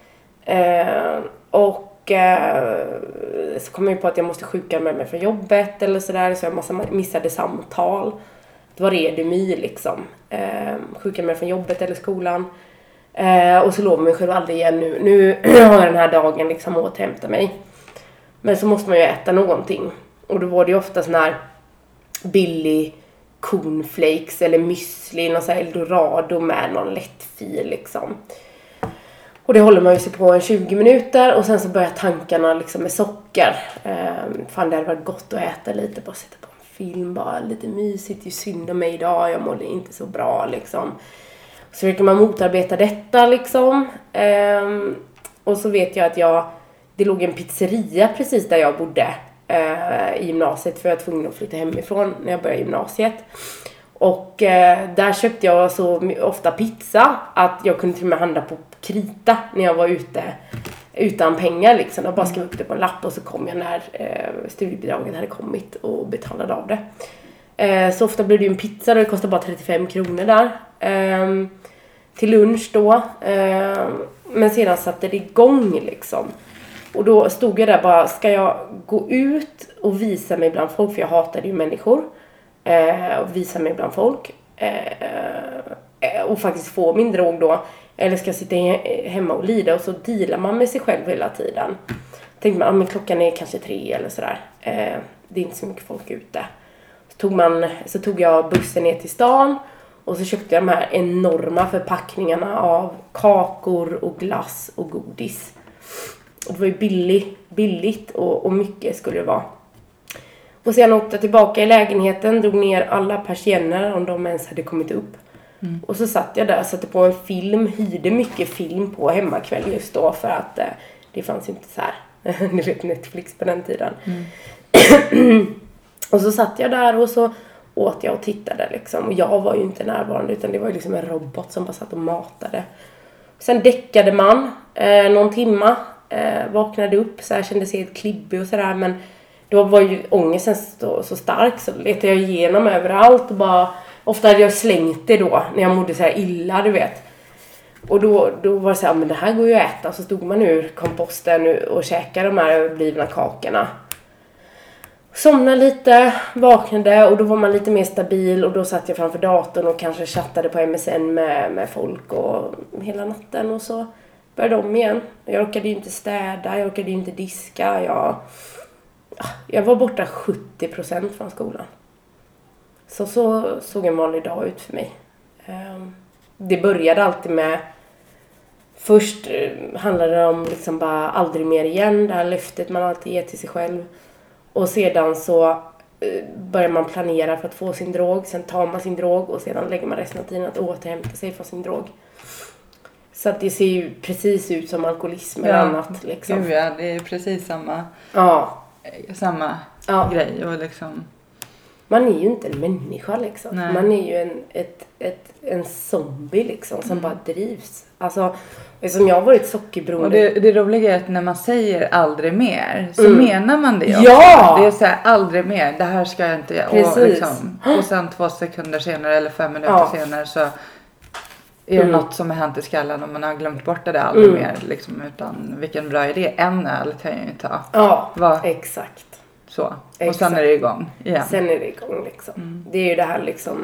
Eh, och eh, så kom jag ju på att jag måste sjuka med mig från jobbet eller sådär, så jag massa missade samtal. Det var redemy liksom. Eh, sjuka med från jobbet eller skolan. Eh, och så lovar mig själv aldrig igen nu. Nu har jag den här dagen liksom återhämta mig. Men så måste man ju äta någonting. Och då var det ju ofta sån här billig cornflakes eller müsli, någon sån här eldorado med någon lättfil liksom. Och det håller man ju sig på en tjugo minuter, och sen så börjar tankarna liksom med socker. Eh, fan, det hade varit gott att äta lite, bara sitta på en film, bara lite mysigt, ju synd om mig idag, jag mådde inte så bra liksom. Så försöker man motarbeta detta liksom. Eh, och så vet jag att jag, det låg en pizzeria precis där jag bodde eh, i gymnasiet, för jag var tvungen att flytta hemifrån när jag började gymnasiet. Och eh, där köpte jag så ofta pizza att jag kunde till och med handla på krita när jag var ute utan pengar liksom. Jag bara skrev upp det på en lapp och så kom jag när eh, studiebidragen hade kommit och betalade av det. Eh, så ofta blev det ju en pizza, och det kostade bara trettiofem kronor där. Eh, till lunch då. Eh, men sedan satte det igång liksom. Och då stod jag där bara, ska jag gå ut och visa mig bland folk, för jag hatade ju människor. Eh, och visa mig bland folk. Eh, och faktiskt få min drog då. Eller ska jag sitta he- hemma och lida, och så dealar man med sig själv hela tiden. Tänkte man, ah, men klockan är kanske tre eller sådär. Eh, det är inte så mycket folk ute. Så tog, man, så tog jag bussen ner till stan. Och så köpte jag de här enorma förpackningarna av kakor och glass och godis. Och det var ju billig, billigt och, och mycket skulle det vara. Och sen åkte jag tillbaka i lägenheten, drog ner alla persienner om de ens hade kommit upp. Mm. Och så satt jag där och satte på en film, hyrde mycket film på hemmakväll just då, för att eh, det fanns inte så här, ni vet, Netflix på den tiden. Mm. Och så satt jag där och så åt jag och tittade liksom. Och jag var ju inte närvarande, utan det var ju liksom en robot som bara satt och matade. Sen däckade man eh, någon timma, eh, vaknade upp, så här, kände sig helt klibbig och sådär, men då var ju ångesten så, så stark, så letade jag igenom överallt och bara, ofta hade jag slängt det då när jag mådde så här illa, du vet. Och då, då var det så här, men det här går ju att äta. Så stod man ur komposten och käkade de här överblivna kakorna. Somnade lite, vaknade, och då var man lite mer stabil, och då satt jag framför datorn och kanske chattade på M S N med, med folk och hela natten, och så började de igen. Jag orkade ju inte städa, jag orkade ju inte diska, jag... Jag var borta sjuttio procent från skolan. Så så såg en vanlig dag ut för mig. Det började alltid med... Först handlade det om liksom bara aldrig mer igen. Det här löftet man alltid ger till sig själv. Och sedan så börjar man planera för att få sin drog. Sen tar man sin drog och sedan lägger man resten av tiden att återhämta sig från sin drog. Så att det ser ju precis ut som alkoholism eller ja, annat. Liksom. Gud, ja, det är precis samma... Ja. Samma ja. grej och liksom man är ju inte en människa liksom. Nej. Man är ju en, ett, ett, en zombie liksom som mm. bara drivs. Alltså, som jag har varit sockerberoende. Och det, det roliga är att när man säger aldrig mer så mm. menar man det också. Ja! Det är så här, aldrig mer, det här ska jag inte göra. Precis. Och, liksom, och sen två sekunder senare eller fem minuter ja. senare så är det mm. något som har hänt i skallen och man har glömt bort det aldrig mm. mer. Liksom, utan vilken bra idé, en öl kan jag ju ta. Ja, Va? exakt. Så. Exakt. Och sen är det igång igen. Sen är det igång liksom. Mm. Det är ju det här liksom.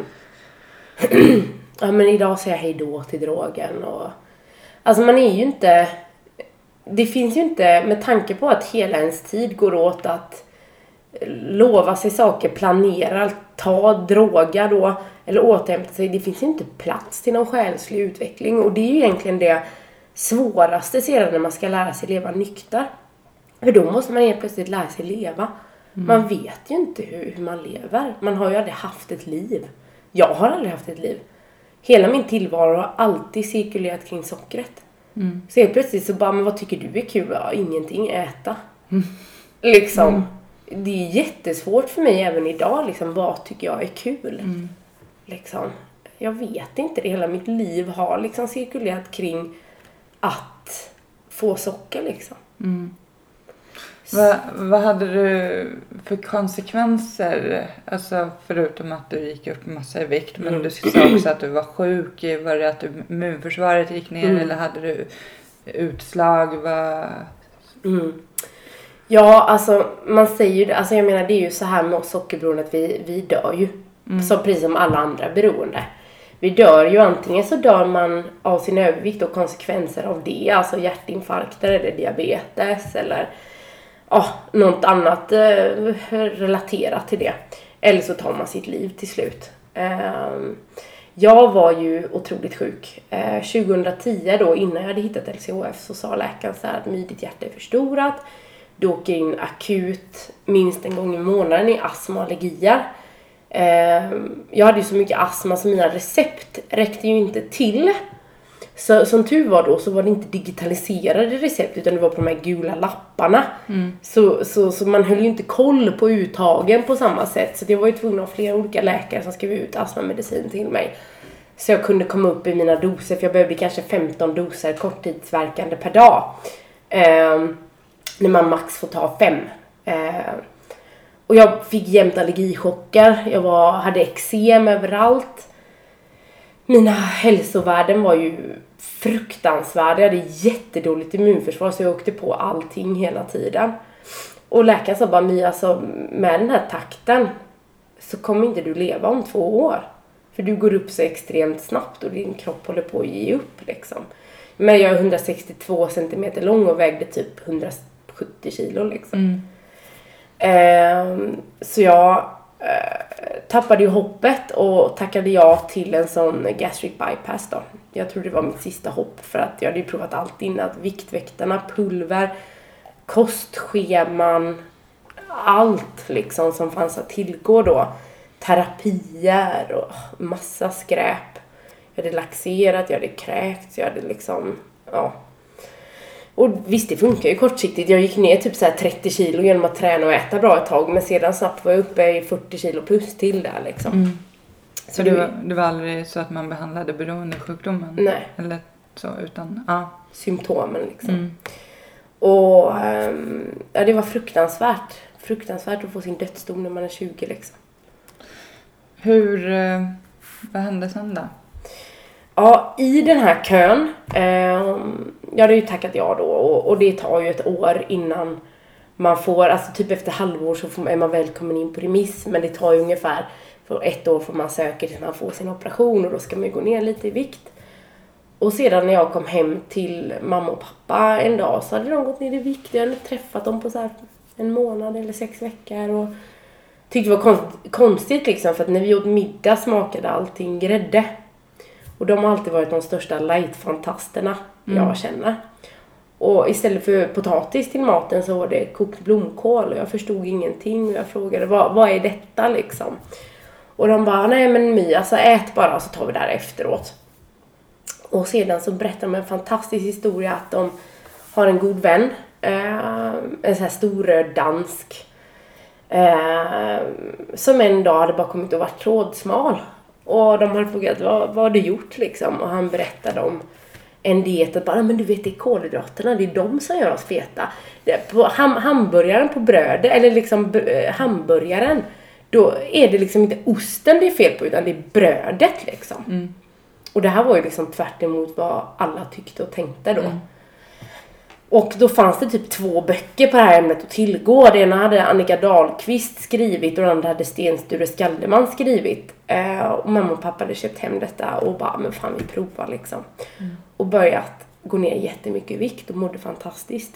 Ja men idag säger jag hej då till drogen. Och... Alltså man är ju inte. Det finns ju inte. Med tanke på att hela ens tid går åt att lova sig saker, planera, ta droga då. Eller återhämta sig. Det finns ju inte plats till någon själslig utveckling. Och det är ju egentligen det svåraste sedan när man ska lära sig leva nykter. För då måste man helt plötsligt lära sig leva. Mm. Man vet ju inte hur, hur man lever. Man har ju aldrig haft ett liv. Jag har aldrig haft ett liv. Hela min tillvaro har alltid cirkulerat kring sockret. Mm. Så helt plötsligt så bara, men vad tycker du är kul? Ja, ingenting, äta. Mm. Liksom. Mm. Det är jättesvårt för mig även idag. Liksom, vad tycker jag är kul? Mm. Liksom. Jag vet inte det. Hela mitt liv har liksom cirkulerat kring att få socker liksom. Mm. Vad, vad hade du för konsekvenser? Alltså förutom att du gick upp en massa i vikt. Men mm. du sa också att du var sjuk. Var det att immunförsvaret gick ner? Mm. Eller hade du utslag? Vad... Mm. Ja, alltså man säger ju det. Alltså jag menar det är ju så här med oss sockerberoende att vi, vi dör ju. Mm. Så precis som alla andra beroende. Vi dör ju antingen så dör man av sin övervikt och konsekvenser av det. Alltså hjärtinfarkter eller diabetes eller... Ja, något annat eh, relaterat till det. Eller så tar man sitt liv till slut. Eh, jag var ju otroligt sjuk. Eh, tjugohundratio då, innan jag hade hittat L C H F, så sa läkaren så här att ditt hjärta är förstorat. Du åker in akut minst en gång i månaden i astma och allergier. Eh, jag hade ju så mycket astma så mina recept räckte ju inte till. Så som tur var då så var det inte digitaliserade recept utan det var på de här gula lapparna. Mm. Så, så, så man höll ju inte koll på uttagen på samma sätt. Så jag var ju tvungen att ha flera olika läkare som skrev ut astmamedicin till mig. Så jag kunde komma upp i mina doser för jag behövde kanske femton doser korttidsverkande per dag. Eh, när man max får ta fem. Eh, och jag fick jämt allergichocker. Jag var, hade eksem överallt. Mina hälsovärden var ju fruktansvärda. Jag hade jättedåligt immunförsvar så jag åkte på allting hela tiden. Och läkaren sa bara, Mia, alltså, med den här takten så kommer inte du leva om två år. För du går upp så extremt snabbt och din kropp håller på att ge upp liksom. Men jag är hundrasextiotvå centimeter lång och vägde typ hundrasjuttio kilo liksom. Mm. Eh, så jag... tappade ju hoppet och tackade ja till en sån gastric bypass då. Jag tror det var mitt sista hopp för att jag hade ju provat allt innan. Viktväktarna, pulver, kostscheman, allt liksom som fanns att tillgå då. Terapier och massa skräp. Jag hade laxerat, jag hade kräkt, jag hade liksom, ja. Och visst, det funkar ju kortsiktigt. Jag gick ner typ så här trettio kilo genom att träna och äta bra ett tag. Men sedan snabbt var jag uppe i fyrtio kilo plus till där liksom. Mm. Så, så det, var, det var aldrig så att man behandlade beroendesjukdomen? Nej. Eller så, utan ja. Symptomen liksom. Mm. Och um, ja, det var fruktansvärt. Fruktansvärt att få sin dödsdom när man är tjugo liksom. Hur, uh, vad hände sen då? Ja, i den här kön, eh, jag hade ju tackat ja då och, och det tar ju ett år innan man får, alltså typ efter halvår så får, är man välkommen in på remiss, men det tar ju ungefär, för ett år får man söka tills man får sin operation och då ska man ju gå ner lite i vikt. Och sedan när jag kom hem till mamma och pappa en dag så hade de gått ner i vikt, jag hade träffat dem på så här en månad eller sex veckor och tyckte det var konst, konstigt liksom för att när vi åt middag smakade allting grädde. Och de har alltid varit de största light-fantasterna mm. jag känner. Och istället för potatis till maten så var det kokt blomkål. Och jag förstod ingenting. Och jag frågade, vad, vad är detta liksom? Och de bara, nej men My, alltså ät bara så tar vi där efteråt. Och sedan så berättar de en fantastisk historia att de har en god vän. Eh, en sån här stor dansk. Eh, som en dag hade bara kommit och varit trådsmal. Och de hade frågat, vad, vad har du gjort liksom? Och han berättade om en diet att bara, men du vet, det är kolhydraterna, det är de som gör oss feta. Det, på ham, hamburgaren på brödet, eller liksom b- hamburgaren, då är det liksom inte osten det är fel på, utan det är brödet liksom. Mm. Och det här var ju liksom tvärt emot vad alla tyckte och tänkte då. Mm. Och då fanns det typ två böcker på det här ämnet att tillgå. Det ena hade Annika Dahlqvist skrivit och den andra hade Sten Sture Skaldeman skrivit. Eh, och mamma och pappa hade köpt hem detta och bara, men fan vi provar liksom. Mm. Och börjat gå ner jättemycket i vikt och mådde fantastiskt.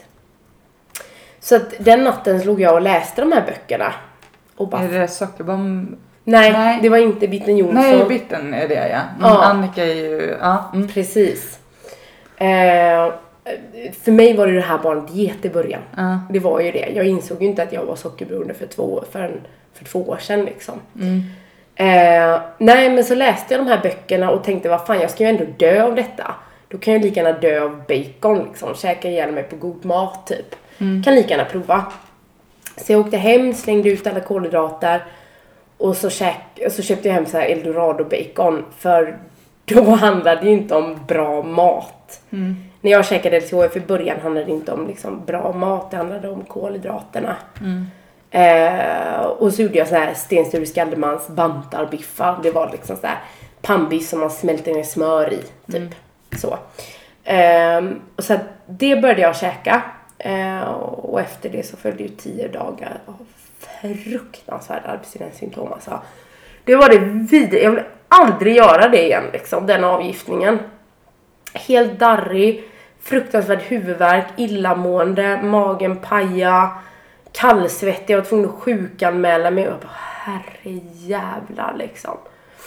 Så att den natten slog jag och läste de här böckerna. Och bara, är det sockerbomb? Nej, Nej, det var inte Bitten Jonsson. Nej, Bitten är det, ja. Mm, ja. Annika är ju, ja. Mm. Precis. Eh, för mig var det det här bara en diet i början. Uh. Det var ju det. Jag insåg ju inte att jag var sockerberoende för två, för, för två år sedan liksom. Mm. Eh, nej, men så läste jag de här böckerna och tänkte, vad fan, jag ska ju ändå dö av detta. Då kan jag lika gärna dö av bacon liksom. Käka ihjäl mig på god mat typ. Mm. Kan lika gärna prova. Så jag åkte hem, slängde ut alla kolhydrater. Och så, käk, så köpte jag hem så här Eldorado bacon. För då handlade det ju inte om bra mat. Mm. När jag käkade L C H F i början handlade det inte om liksom bra mat. Det handlade om kolhydraterna. Mm. Eh, och så gjorde jag så här Sten Sture Skaldemans bantarbiffar. Det var liksom så här pannbiff som man smälter ner smör i. Typ. Mm. Så. Eh, och så det började jag käka. Eh, och efter det så följde ju tio dagar av fruktansvärda abstinenssymptom. Alltså. Det var det vidare. Jag vill aldrig göra det igen. Liksom, den avgiftningen. Helt darrig. Fruktansvärd huvudvärk. Illamående. Magen paja. Kallsvettig. Jag var tvungen att sjukanmäla mig. Och jag bara, herre jävlar liksom.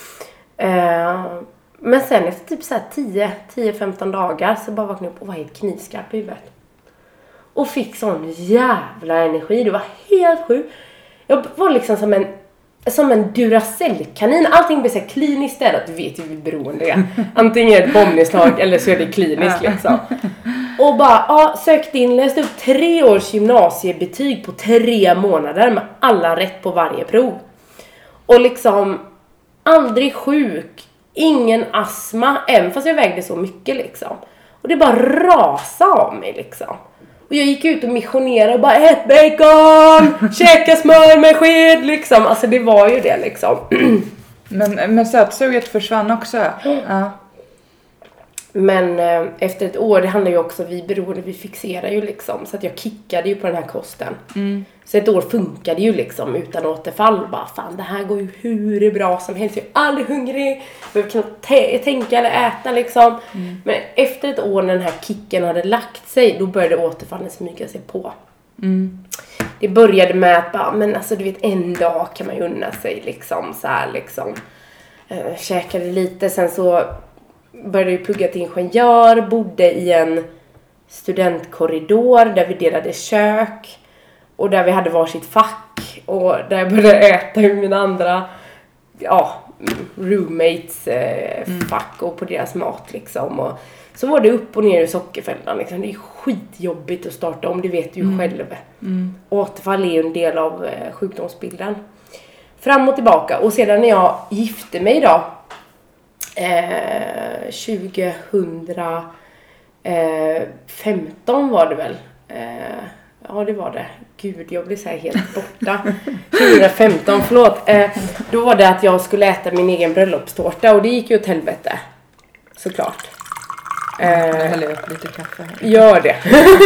Eh, men sen efter typ så här tio till femton dagar så bara vaknade jag upp och var helt knivskarp i huvudet. Och fick sån jävla energi. Det var helt sjukt. Jag var liksom som en som en Duracell-kanin. Allting blir så kliniskt städat. Du vet ju hur beroende det är. Antingen är det ett bombnedslag eller så är det kliniskt liksom. Och bara, ja, sökte in, läste upp tre års gymnasiebetyg på tre månader med alla rätt på varje prov. Och liksom aldrig sjuk. Ingen astma. Även fast jag vägde så mycket liksom. Och det bara rasade av mig liksom. Och jag gick ut och missionerade och bara, ät bacon, käka smör med sked liksom. Alltså det var ju det liksom. Men, men sötsuget försvann också. Ja. Men eh, efter ett år, det handlar ju också, vi beroende, vi fixerar ju liksom. Så att jag kickade ju på den här kosten. Mm. Så ett år funkade ju liksom utan återfall. Bara, fan det här går ju hur bra som helst. Jag är aldrig hungrig. Behöver knappt t- tänka eller äta liksom. Mm. Men efter ett år när den här kicken hade lagt sig, då började återfallen smyga sig på. Mm. Det började med att bara, men alltså du vet, en dag kan man ju unna sig liksom. Så här liksom. Eh, käkade lite, sen så började jag plugga till ingenjör. Bodde i en studentkorridor där vi delade kök. Och där vi hade varsitt fack. Och där jag började äta ur mina andra ja, roommates eh, mm. fack och på deras mat liksom. Och så var det upp och ner i sockerfällan liksom. Det är skitjobbigt att starta om, det vet du ju mm. själv. Mm. Återfall är ju en del av eh, sjukdomsbilden. Fram och tillbaka. Och sedan när jag gifte mig då eh, tjugohundrafemton var det väl. Eh, Ja, det var det. Gud, jag blev så här helt borta. tjugohundrafemton, förlåt. Eh, då var det att jag skulle äta min egen bröllopstårta. Och det gick ju åt helvete. Såklart. Eh, jag häller upp lite kaffe här. Gör det.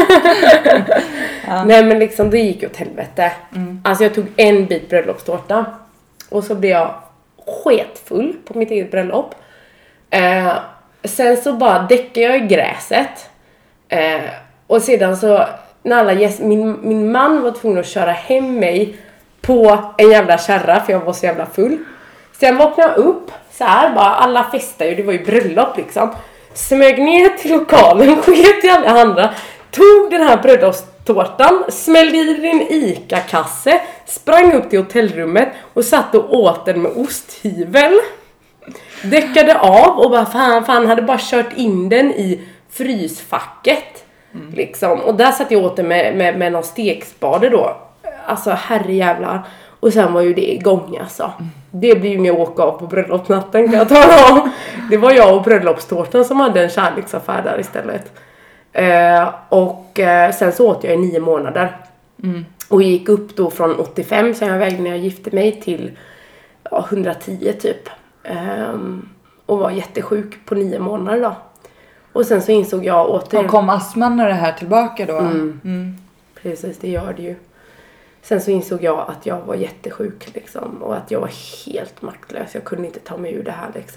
Ja. Nej, men liksom det gick ju åt helvete. Mm. Alltså jag tog en bit bröllopstårta. Och så blev jag sketfull på mitt eget bröllop. Eh, sen så bara däckade jag i gräset. Eh, och sedan så... När alla gäst, min, min man var tvungen att köra hem mig på en jävla kärra för jag var så jävla full. Sen vaknade jag upp så här, bara alla festar ju, det var ju bröllop liksom. Smög ner till lokalen, sket i alla andra, tog den här bröllopstårtan, smällde i den Ica-kasse, sprang upp till hotellrummet och satt och åt den med osthyvel. Däckade av och bara fan, fan hade bara kört in den i frysfacket. Mm. Liksom. Och där satt jag åt det med, med, med någon stekspade då. alltså herrejävlar. Och sen var ju det igång alltså. Mm. Det blir ju med att åka av på bröllopsnatten kan jag tala om. Det var jag och bröllopstårtan som hade en kärleksaffär där istället. Eh, och eh, sen så åt jag i nio månader. Mm. Och gick upp då från åttiofem som jag vägde när jag gifte mig till ja, hundratio typ. Eh, och var jättesjuk på nio månader då. Och sen så insåg jag återigen... Och kom astman och det här tillbaka då? Mm. Mm. Precis, det gör det ju. Sen så insåg jag att jag var jättesjuk liksom. Och att jag var helt maktlös. Jag kunde inte ta mig ur det här liksom.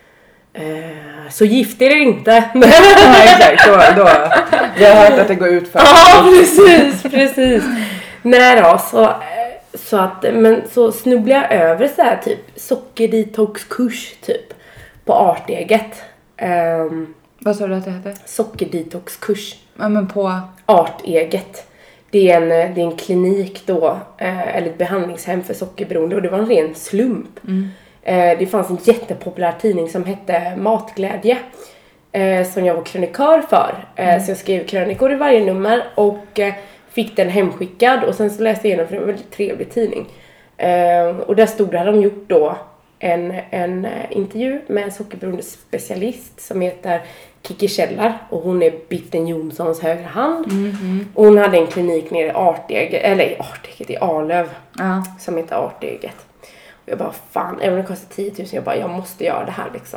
Eh, så gift är det inte. Nej, exakt. Då, då. Jag har hört att det går ut för. Ja, precis, precis. Nej då, så, så att, men så snubblade jag över så här typ sockerdetox-kurs typ. På Arteget. Um, Vad sa du att det heter? Sockerdetox-kurs. Ja, men på... Arteget. Det är en, det är en klinik då, eh, eller ett behandlingshem för sockerberoende. Och det var en ren slump. Mm. Eh, det fanns en jättepopulär tidning som hette Matglädje. Eh, som jag var krönikör för. Eh, mm. Så jag skrev krönikor i varje nummer. Och eh, fick den hemskickad. Och sen så läste jag igenom, för det var en väldigt trevlig tidning. Eh, och där stod det, hade de gjort då en, en intervju med en sockerberoende specialist som heter Kiki Källar. Och hon är Bitten Jonssons högra hand. Mm-hmm. Och hon hade en klinik nere i Arteget, eller i Arteget, i Arlöv. Uh. Som heter Arteget. Och jag bara, fan, även om det kostar tio tusen, jag bara, jag måste göra det här liksom.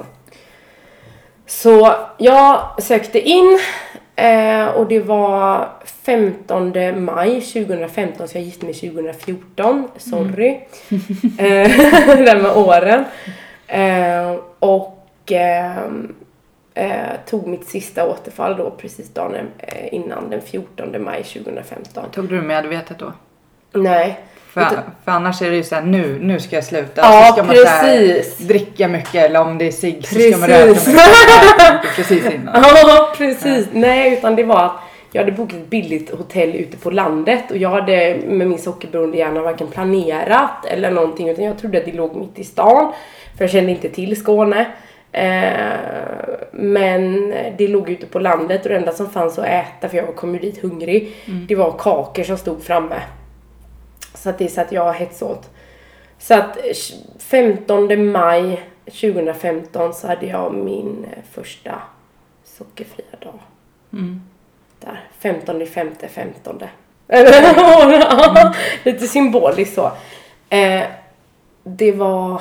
Så jag sökte in eh, och det var femtonde maj tjugohundrafemton, så jag gifte mig tjugohundrafjorton, sorry. Mm. eh, det med åren. Eh, och eh, eh, tog mitt sista återfall då precis dagen eh, innan den fjortonde maj tjugohundrafemton. Tog du medvetet då? Nej. För, för annars är det ju såhär, nu, nu ska jag sluta. Ja, så ska man precis. Här, dricka mycket, eller om det är cigg så ska man röka mycket. Precis innan. Ja, precis. Ja. Nej, utan det var att jag hade bokat ett billigt hotell ute på landet. Och jag hade med min sockerberoende hjärna varken planerat eller någonting. Utan jag trodde att det låg mitt i stan. För jag kände inte till Skåne. Eh, men det låg ute på landet. Och det enda som fanns att äta, för jag kom ju dit hungrig. Mm. Det var kakor som stod framme. Så att det är så att jag har hetsåt. Så att femtonde maj tjugohundrafemton så hade jag min första sockerfria dag. Mm. Där. femtonde femte femtonde. Mm. Lite symboliskt så. Eh, det var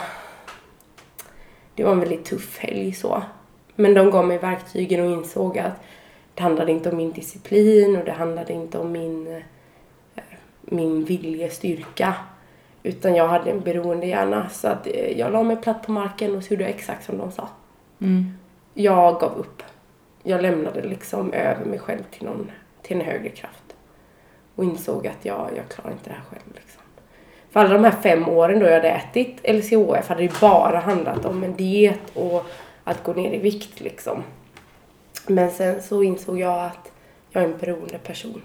det var en väldigt tuff helg så. Men de gav mig verktygen och insåg att det handlade inte om min disciplin och det handlade inte om min min viljestyrka, utan jag hade en beroende hjärna, så att jag la mig platt på marken och så gjorde jag exakt som de sa. Mm. Jag gav upp. Jag lämnade liksom över mig själv till någon, till en högre kraft och insåg att jag, jag klarar inte det här själv liksom. För alla de här fem åren då jag hade ätit L C H F hade det bara handlat om en diet och att gå ner i vikt liksom. Men sen så insåg jag att jag är en beroende person.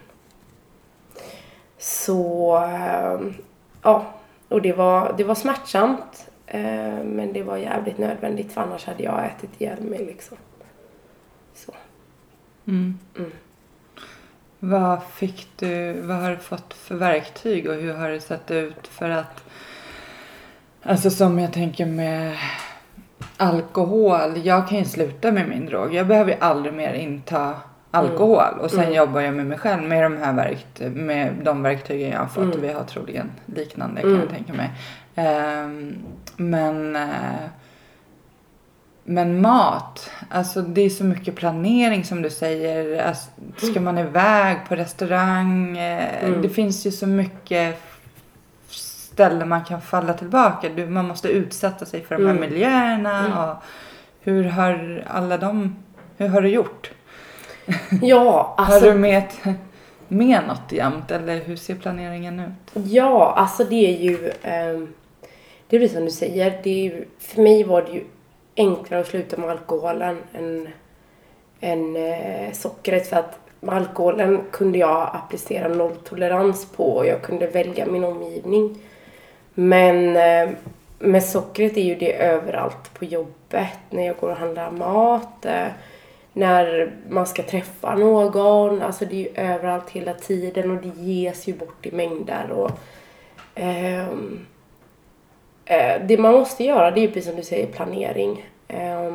Så, ja, och det var, det var smärtsamt, men det var jävligt nödvändigt, för annars hade jag ätit ihjäl mig liksom. Så. Mm. Mm. Vad fick du, vad har du fått för verktyg och hur har det sett ut för att, alltså som jag tänker med alkohol, jag kan ju sluta med min drog, jag behöver ju aldrig mer inta alkohol. Mm. Och sen mm. jobbar jag med mig själv med de här verkt, med de verktygen jag har fått. Mm. Vi har troligen liknande kan mm. jag tänka mig. Um, men uh, men mat, alltså det är så mycket planering som du säger. Alltså, ska man iväg på restaurang? Mm. Det finns ju så mycket ställen man kan falla tillbaka. Du, man måste utsätta sig för de här mm. miljöerna. Mm. Och hur har alla de, hur har du gjort? Ja, alltså... Har du med, med något jämt eller hur ser planeringen ut? Ja, alltså det är ju... Eh, det är som du säger. Det är ju, för mig var det ju enklare att sluta med alkoholen än, än eh, sockret. För att med alkoholen kunde jag applicera nolltolerans på och jag kunde välja min omgivning. Men eh, med sockret är ju det överallt på jobbet. När jag går och handlar mat... Eh, när man ska träffa någon. Alltså det är ju överallt hela tiden och det ges ju bort i mängder. Och, eh, eh, det man måste göra, det är ju precis som du säger, planering. Eh,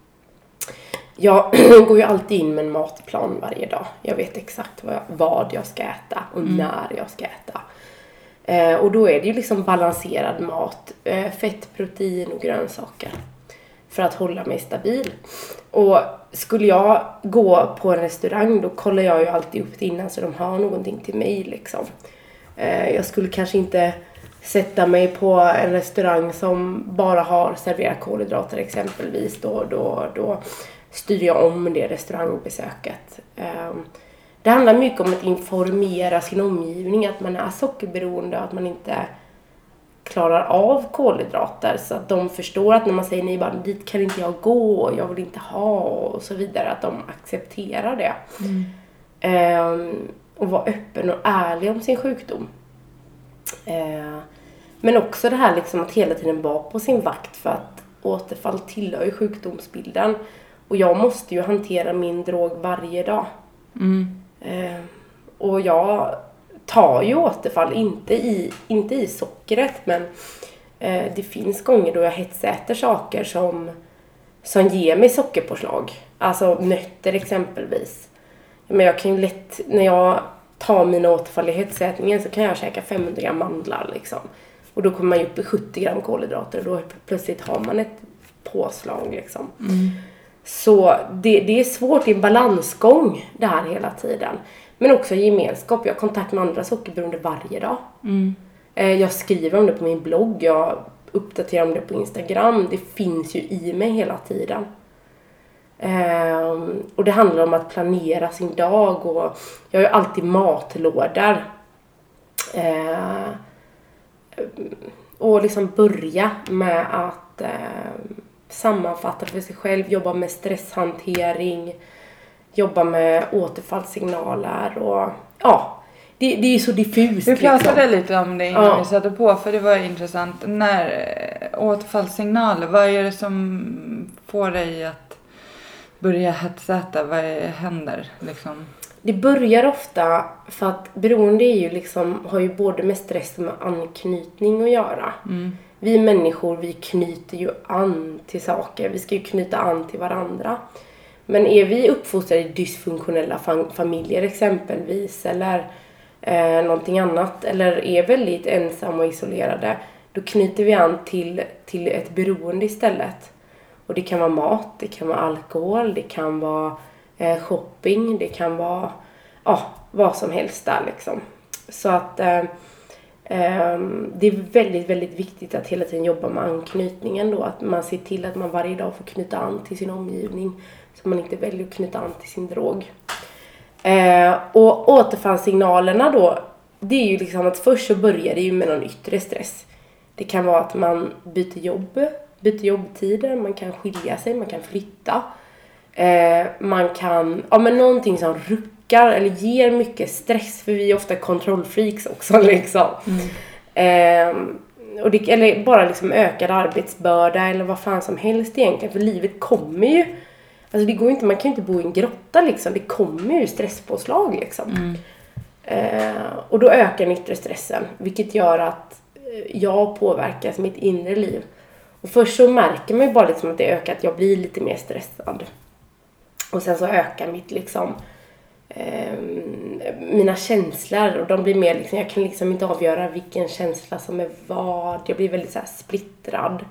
jag går ju alltid in med en matplan varje dag. Jag vet exakt vad jag, vad jag ska äta och mm. när jag ska äta. Eh, och då är det ju liksom balanserad mat. Eh, fett, protein och grönsaker. För att hålla mig stabil. Och skulle jag gå på en restaurang, då kollar jag ju alltid upp det innan så de har någonting till mig liksom. Eh, jag skulle kanske inte sätta mig på en restaurang som bara har serverat kolhydrater exempelvis. Då, då, då styr jag om det restaurangbesöket. Eh, det handlar mycket om att informera sin omgivning att man är sockerberoende och att man inte klarar av kolhydrater, så att de förstår att när man säger nej, bara dit kan inte jag gå, jag vill inte ha och så vidare, att de accepterar det. Mm. Ehm, och vara öppen och ärlig om sin sjukdom. Ehm, men också det här liksom att hela tiden vara på sin vakt, för att återfall tillhör ju sjukdomsbilden och jag måste ju hantera min drog varje dag. Mm. Ehm, och jag tar ju återfall, inte i, inte i sockret, men eh, det finns gånger då jag hetsäter saker som, som ger mig sockerpåslag. Alltså nötter exempelvis. Men jag kan ju lätt, när jag tar mina återfall i hetsätningen så kan jag käka femhundra gram mandlar liksom. Och då kommer man ju upp i sjuttio gram kolhydrater och då plötsligt har man ett påslag liksom. Mm. Så det, det är svårt, det är en balansgång det här hela tiden. Men också gemenskap. Jag har kontakt med andra sockerberoende varje dag. Mm. Jag skriver om det på min blogg. Jag uppdaterar om det på Instagram. Det finns ju i mig hela tiden. Och det handlar om att planera sin dag. Och jag har ju alltid matlådor. Och liksom börja med att sammanfatta för sig själv. Jobba med stresshantering. Jobba med återfallssignaler och ja, det, det är så diffust. Vi pratade liksom. lite om det innan ja. vi satte på, för det var intressant. När återfallssignaler, vad är det som får dig att börja hetsäta? Vad händer liksom? Det börjar ofta för att beroende är ju liksom, har ju både med stress och med anknytning att göra. Mm. Vi människor, vi knyter ju an till saker. Vi ska ju knyta an till varandra. Men är vi uppfostrade i dysfunktionella fam- familjer exempelvis, eller eh, någonting annat, eller är väldigt ensamma och isolerade, då knyter vi an till, till ett beroende istället. Och det kan vara mat, det kan vara alkohol, det kan vara eh, shopping, det kan vara ja, vad som helst där liksom. Så att eh, eh, det är väldigt, väldigt viktigt att hela tiden jobba med anknytningen då. Att man ser till att man varje dag får knyta an till sin omgivning. Så man inte väljer att knyta an till sin drog. Eh, och återfallssignalerna då, det är ju liksom att först så börjar det ju med någon yttre stress. Det kan vara att man byter jobb, byter jobbtider, man kan skilja sig, man kan flytta. Eh, man kan, ja men någonting som ruckar eller ger mycket stress, för vi är ofta kontrollfreaks också liksom. Mm. Eh, och det, eller bara liksom ökad arbetsbörda eller vad fan som helst egentligen, för livet kommer ju. Alltså det går inte, man kan ju inte bo i en grotta liksom. Det kommer ju stresspåslag liksom. Mm. Eh, och då ökar den yttre stressen. Vilket gör att jag påverkas mitt inre liv. Och först så märker man ju bara liksom att det ökar, att jag blir lite mer stressad. Och sen så ökar mitt liksom eh, mina känslor. Och de blir mer liksom, jag kan liksom inte avgöra vilken känsla som är vad. Jag blir väldigt så här splittrad.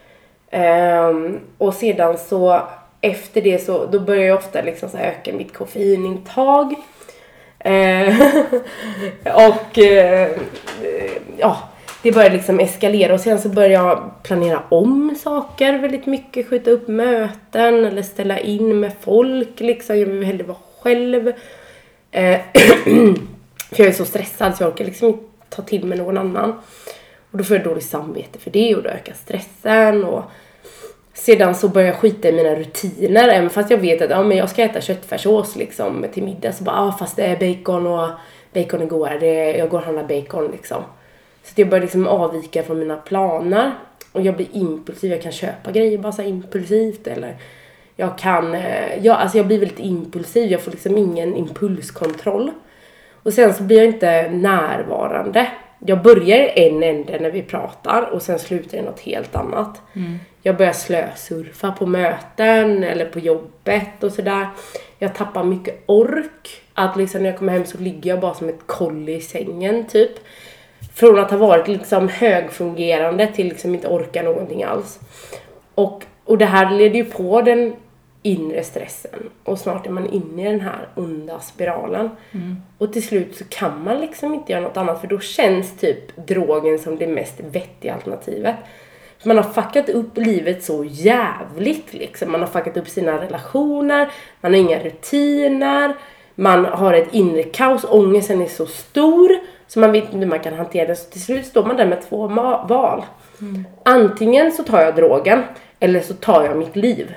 Eh, och sedan så efter det så då börjar jag ofta liksom så öka mitt koffeinintag. Eh, och eh, ja, det börjar liksom eskalera. Och sen så börjar jag planera om saker väldigt mycket. Skjuta upp möten eller ställa in med folk liksom. Jag vill hellre vara själv. Eh, för jag är så stressad så jag orkar liksom inte ta till med någon annan. Och då får jag dåligt samvete för det och då ökar stressen. Och sedan så börjar jag skita i mina rutiner. Även fast jag vet att ja, men jag ska äta köttfärssås liksom, till middag. Så bara, ah, fast det är bacon och bacon är godare. Det är, jag går och handlar bacon liksom. Så jag börjar liksom avvika från mina planer. Och jag blir impulsiv. Jag kan köpa grejer bara så impulsivt. Eller Jag kan, eh, jag, alltså jag blir väldigt impulsiv. Jag får liksom ingen impulskontroll. Och sen så blir jag inte närvarande. Jag börjar i en ände när vi pratar och sen slutar i något helt annat. Mm. Jag börjar slösurfa på möten eller på jobbet och sådär. Jag tappar mycket ork. Att liksom när jag kommer hem så ligger jag bara som ett kolli i sängen typ. Från att ha varit liksom högfungerande till liksom inte orka någonting alls. Och, och det här leder ju på den inre stressen. Och snart är man inne i den här onda spiralen. Mm. Och till slut så kan man liksom inte göra något annat. För då känns typ drogen som det mest vettiga alternativet. För man har fuckat upp livet så jävligt liksom. Man har fuckat upp sina relationer. Man har inga rutiner. Man har ett inre kaos. Ångesten är så stor. Så man vet inte hur man kan hantera det. Så till slut står man där med två ma- val. Mm. Antingen så tar jag drogen. Eller så tar jag mitt liv.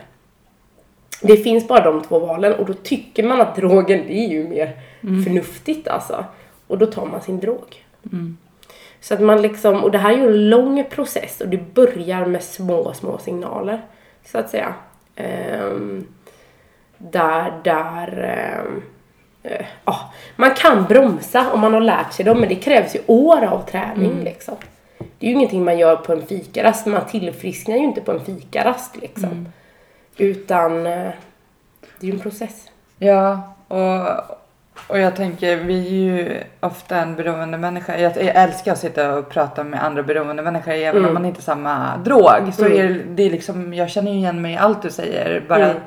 Det finns bara de två valen. Och då tycker man att drogen, det är ju mer mm. förnuftigt alltså. Och då tar man sin drog. Mm. Så att man liksom, och det här är ju en lång process. Och det börjar med små, små signaler. Så att säga. Um, där, där... Um, uh, uh, man kan bromsa om man har lärt sig dem. Men det krävs ju år av träning mm. liksom. Det är ju ingenting man gör på en fikarast. Man tillfrisknar ju inte på en fikarast liksom. Mm. Utan det är ju en process. Ja, och, och jag tänker, vi är ju ofta en beroende människa. Jag, jag älskar att sitta och prata med andra beroende människor. Även mm. om man inte har samma drog. Så mm. är det liksom, jag känner igen mig i allt du säger. Bara mm. att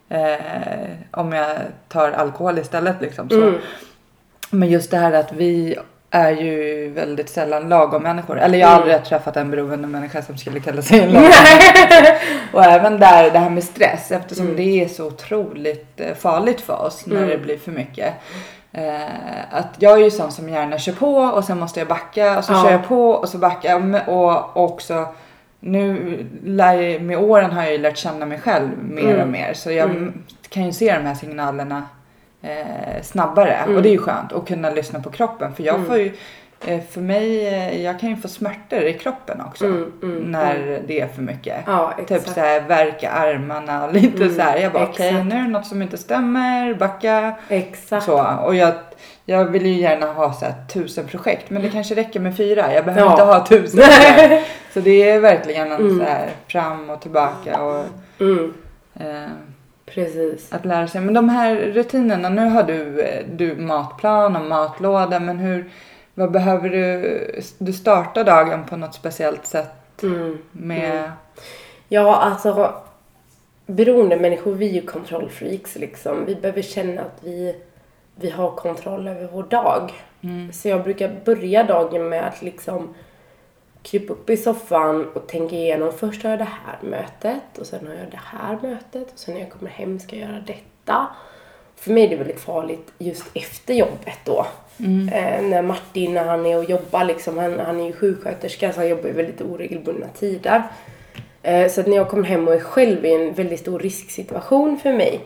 eh, om jag tar alkohol istället liksom. Så. Mm. Men just det här att vi är ju väldigt sällan lagom människor. Eller jag har aldrig mm. träffat en beroende människa som skulle kalla sig en lagom. Och även där det här med stress. Eftersom mm. det är så otroligt farligt för oss när mm. det blir för mycket. Eh, att jag är ju sån som gärna kör på och sen måste jag backa. Och så ja. kör jag på och så backar jag. Och också nu lär, med åren har jag ju lärt känna mig själv mer mm. och mer. Så jag mm. kan ju se de här signalerna Eh, snabbare mm. och det är ju skönt att kunna lyssna på kroppen för jag mm. får ju eh, för mig eh, jag kan ju få smärtor i kroppen också mm, mm, när mm. det är för mycket ja, typ så här verka armarna lite mm, så här jag bara okej okay, nu är det något som inte stämmer backa exakt så och jag jag vill ju gärna ha så här tusen projekt men det kanske räcker med fyra jag behöver ja. inte ha tusen så det är verkligen en mm. så här fram och tillbaka och mm. eh, precis. Att lära sig. Men de här rutinerna, nu har du, du matplan och matlåda. Men hur, vad behöver du, du starta dagen på något speciellt sätt mm. med? Mm. Ja, alltså beroende människor, vi är ju kontrollfreaks liksom. Vi behöver känna att vi, vi har kontroll över vår dag. Mm. Så jag brukar börja dagen med att liksom krypa upp i soffan och tänka igenom. Först har jag det här mötet och sen har jag det här mötet. Och sen när jag kommer hem ska jag göra detta. För mig är det väldigt farligt just efter jobbet då. Mm. Eh, när Martin, när han är och jobbar, liksom, han, han är ju sjuksköterska så han jobbar ju väldigt oregelbundna tider. Eh, så att när jag kommer hem och är själv i en väldigt stor risksituation för mig.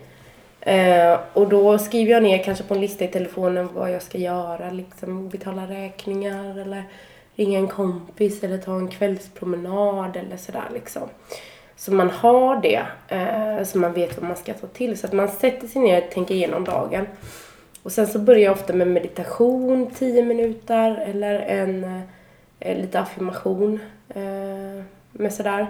Eh, och då skriver jag ner kanske på en lista i telefonen vad jag ska göra. Liksom betala räkningar eller ringa en kompis eller ta en kvällspromenad eller sådär liksom. Så man har det, eh, så man vet vad man ska ta till. Så att man sätter sig ner och tänker igenom dagen. Och sen så börjar jag ofta med meditation, tio minuter eller en eh, lite affirmation eh, med sådär.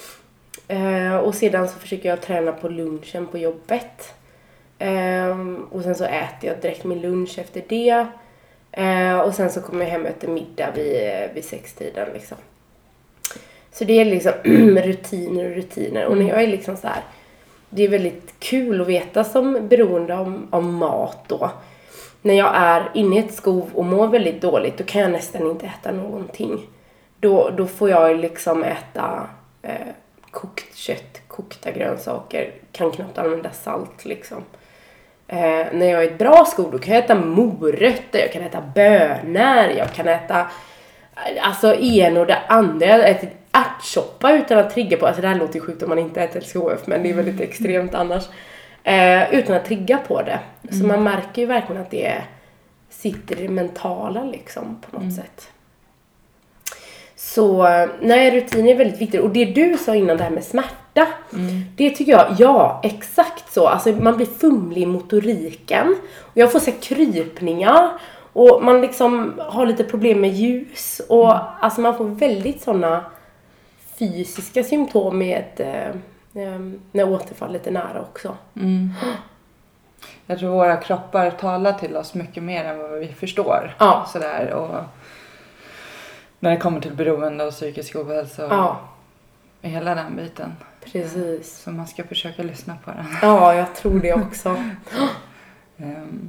Eh, och sedan så försöker jag träna på lunchen på jobbet. Eh, och sen så äter jag direkt min lunch efter det. Eh, och sen så kommer jag hem och äter middag vid, vid sextiden liksom. Så det är liksom rutiner och rutiner. Och när jag är liksom så här, det är väldigt kul att veta som beroende om, om mat då. När jag är inne i ett skov och mår väldigt dåligt, då kan jag nästan inte äta någonting. Då, då får jag liksom äta eh, kokt kött, kokta grönsaker. Kan knappt använda salt liksom. Eh, när jag är i ett bra skov, då kan jag äta morötter, jag kan äta bönor, jag kan äta alltså en och det andra. Jag äter ärtsoppa utan att trigga på, alltså det här låter ju sjukt om man inte äter L C H F, men det är väldigt extremt annars. Eh, utan att trigga på det. Mm. Så man märker ju verkligen att det sitter i det mentala liksom på något mm. sätt. Så nej, rutin är väldigt viktigt. Och det du sa innan det här med smärta, smärta. Mm. Det tycker jag, ja, exakt så. Alltså man blir fumlig i motoriken. Och jag får se krypningar. Och man liksom har lite problem med ljus. Och mm. alltså man får väldigt sådana fysiska symptom med ett, eh, när återfallet är nära också. Mm. Jag tror våra kroppar talar till oss mycket mer än vad vi förstår. Ja. Sådär, och när det kommer till beroende och psykisk ohälsa och ja. hela den biten. Precis. Så man ska försöka lyssna på den. Ja, jag tror det också. um.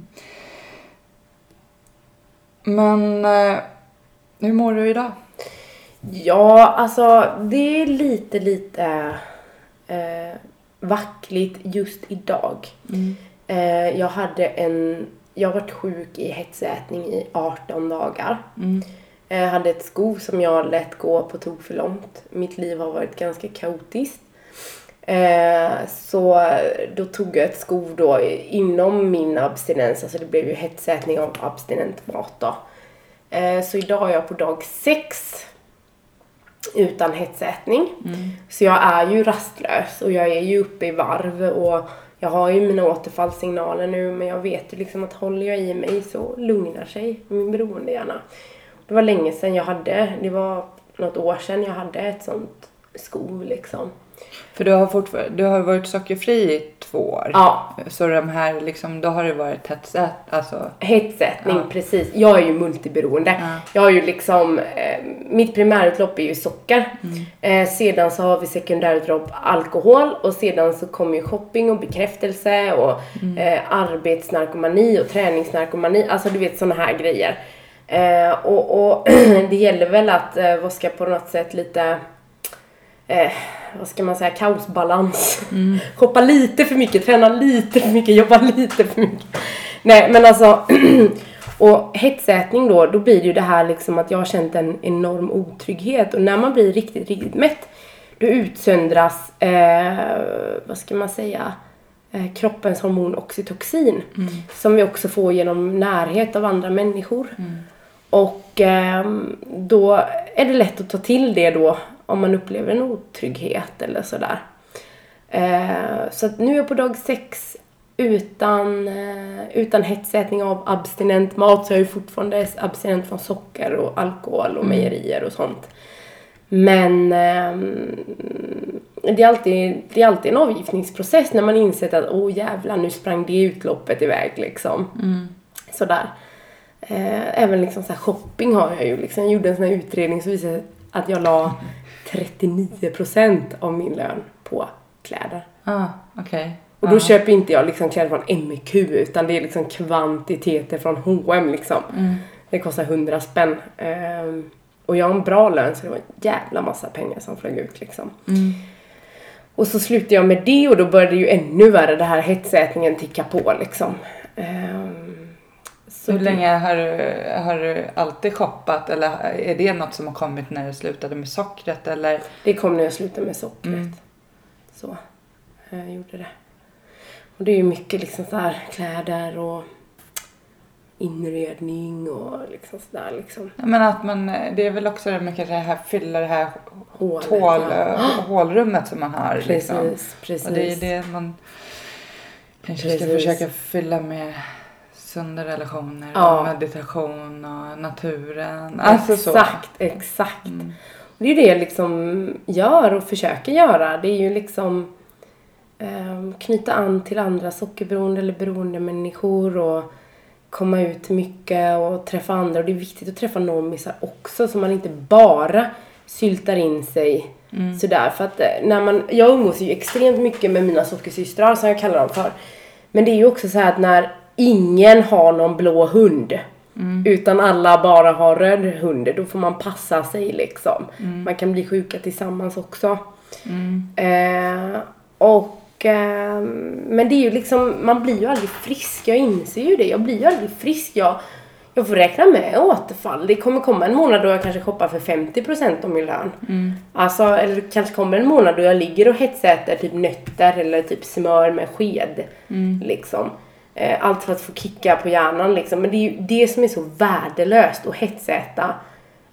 Men uh, hur mår du idag? Ja, alltså det är lite, lite eh, vackligt just idag. Mm. Eh, jag hade en, jag har varit sjuk i hetsätning i arton dagar. Mm. Jag hade ett skov som jag lät gå på tok för långt. Mitt liv har varit ganska kaotiskt. Eh, så då tog jag ett skov då inom min abstinens. Alltså det blev ju hetsätning av abstinent mat då. Eh, så idag är jag på dag sex. Utan hetsätning. Mm. Så jag är ju rastlös. Och jag är ju uppe i varv. Och jag har ju mina återfallssignaler nu. Men jag vet ju liksom att håller jag i mig så lugnar sig min beroendehjärna. Det var länge sedan jag hade. Det var något år sedan jag hade ett sånt skov liksom. För du har fortfarande, du har varit sockerfri i två år. Ja. Så de här liksom, då har det varit hetsätt, alltså. Hetsättning, ja. Precis. Jag är ju multiberoende. Ja. Jag har ju liksom, eh, mitt primärutlopp är ju socker. Mm. Eh, sedan så har vi sekundärutlopp alkohol. Och sedan så kommer ju shopping och bekräftelse och mm. eh, arbetsnarkomani och träningsnarkomani. Alltså du vet såna här grejer. Eh, och, och det gäller väl att eh, vad ska på något sätt lite eh, vad ska man säga, kaosbalans. Mm. Hoppa lite för mycket, träna lite för mycket, jobba lite för mycket. Nej, men alltså och hetsätning då, då blir det ju det här liksom att jag har känt en enorm otrygghet. Och när man blir riktigt, riktigt mätt, då utsöndras eh, vad ska man säga eh, kroppens hormon oxytocin. Mm. Som vi också får genom närhet av andra människor. Mm. Och eh, då är det lätt att ta till det då om man upplever en otrygghet eller sådär. Eh, så att nu är jag på dag sex utan, eh, utan hetsätning av abstinent mat. Så jag är fortfarande abstinent från socker och alkohol och mm. mejerier och sånt. Men eh, det, är alltid, det är alltid en avgiftningsprocess när man insett att åh jävlar, nu sprang det utloppet iväg liksom. Mm. Sådär. Eh, även liksom så här shopping har jag ju liksom. Jag gjorde en sån här utredning som visade att jag la trettionio procent av min lön på kläder. Ah, okej. Okay. Och då ah. köper inte jag liksom kläder från M E Q, utan det är liksom kvantiteter från H och M liksom. Mm. Det kostar hundra spänn. Um, och jag har en bra lön, så det var en jävla massa pengar som flög ut liksom. Mm. Och så slutade jag med det, och då började ju ännu värre det här hetsätningen ticka på liksom. Um, Så hur länge har du, har du alltid shoppat, eller är det något som har kommit när du slutade med sockret? Eller? Det kom när jag slutade med sockret. Mm. Så jag gjorde det. Och det är ju mycket liksom så här kläder och inredning och liksom sådär liksom. Ja, men att man, det är väl också det mycket det här, fylla det här Hålet, hål, ja. hålrummet som man har. Precis, liksom. precis. Och det är det man kanske precis. ska försöka fylla med sunda relationer, ja. och meditation och naturen. Alltså exakt, så. exakt. Mm. Det är ju det jag liksom gör och försöker göra. Det är ju liksom um, knyta an till andra sockerberoende eller beroende människor och komma ut mycket och träffa andra. Och det är viktigt att träffa normisar också, så man inte bara syltar in sig mm. sådär. För att när man, jag umgås ju extremt mycket med mina sockersystrar, som jag kallar dem för. Men det är ju också så här att när ingen har någon blå hund, mm. utan alla bara har röd hund, då får man passa sig liksom. Mm. Man kan bli sjuka tillsammans också. Mm. Eh, och eh, men det är ju liksom, man blir ju aldrig frisk. Jag inser ju det. Jag blir ju aldrig frisk. Jag, jag får räkna med återfall. Det kommer komma en månad då jag kanske shoppar för femtio procent av min lön. Mm. Alltså, eller kanske kommer en månad då jag ligger och hetsäter typ nötter eller typ smör med sked. Mm. Liksom. Allt för att få kicka på hjärnan liksom. Men det är ju det som är så värdelöst, att hetsäta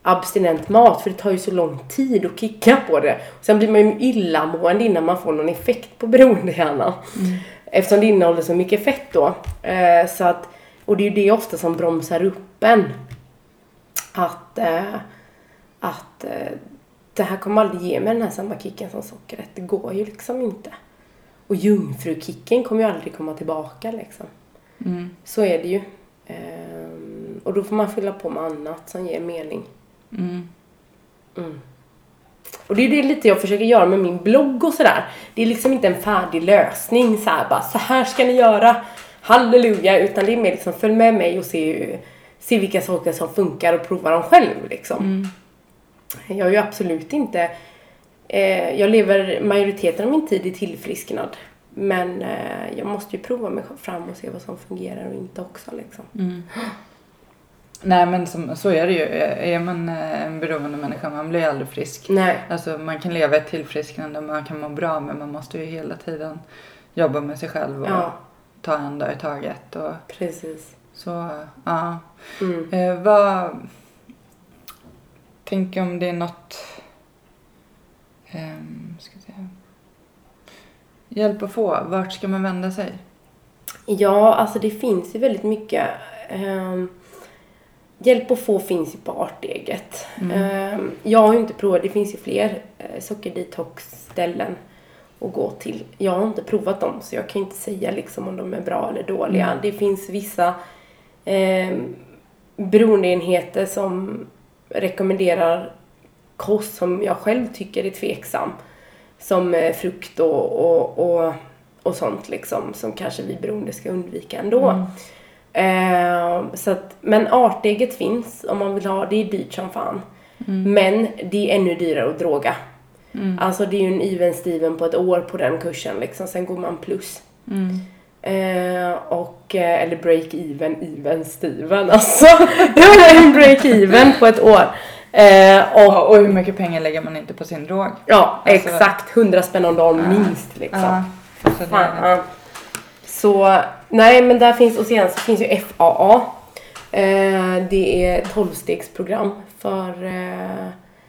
abstinent mat, för det tar ju så lång tid att kicka på det. Sen blir man ju illamående innan man får någon effekt på beroendehjärnan. Mm. Eftersom det innehåller så mycket fett då. Eh, så att, och det är ju det ofta som bromsar upp en. Att, eh, att eh, det här kommer aldrig ge mig den här samma kicken som sockret. Det går ju liksom inte. Och jungfrukicken kommer ju aldrig komma tillbaka liksom. Mm. Så är det ju. Um, och då får man fylla på med annat som ger mening. Mm. Mm. Och det är det lite jag försöker göra med min blogg och sådär. Det är liksom inte en färdig lösning. Så här, bara, så här ska ni göra. Halleluja. Utan det är mer liksom, följ med mig och se, se vilka saker som funkar och prova dem själv liksom. Mm. Jag är ju absolut inte... Eh, jag lever majoriteten av min tid i tillfrisknad. Men eh, jag måste ju prova mig fram och se vad som fungerar och inte också liksom. Mm. Nej, men som, så är det ju. Är man en beroende människa, man blir aldrig frisk. Nej. Alltså man kan leva ett tillfrisknande, man kan må bra, men man måste ju hela tiden jobba med sig själv och ja. ta en dag i taget. Och, precis. Så, ja. Mm. Eh, vad... Tänk om det är något... Um, ska jag säga. Hjälp att få. Vart ska man vända sig? Ja, alltså det finns ju väldigt mycket. Um, hjälp att få finns ju på Arteget. Mm. Um, jag har ju inte provat. Det finns ju fler uh, sockerdetox-ställen att gå till. Jag har inte provat dem, så jag kan inte säga liksom om de är bra eller dåliga. Mm. Det finns vissa um, beroendeenheter som rekommenderar kost som jag själv tycker är tveksam. Som frukt och, och, och, och sånt liksom. Som kanske vi beroende ska undvika ändå. Mm. Eh, så att, men Arteget finns om man vill ha. Det är dyrt som fan. Mm. Men det är ännu dyrare att droga. Mm. Alltså det är ju en even Steven på ett år på den kursen liksom. Sen går man plus. Mm. Eh, och, eller break even, even Steven. Alltså det var en break even på ett år. Eh, och, och hur mycket pengar lägger man inte på sin drog? Ja, alltså, exakt. hundra spänn om dagen uh, minst liksom. Uh, så, Fan, uh. så nej, men där finns, och sen så finns ju F A A. Eh, det är tolvstegsprogram för, eh,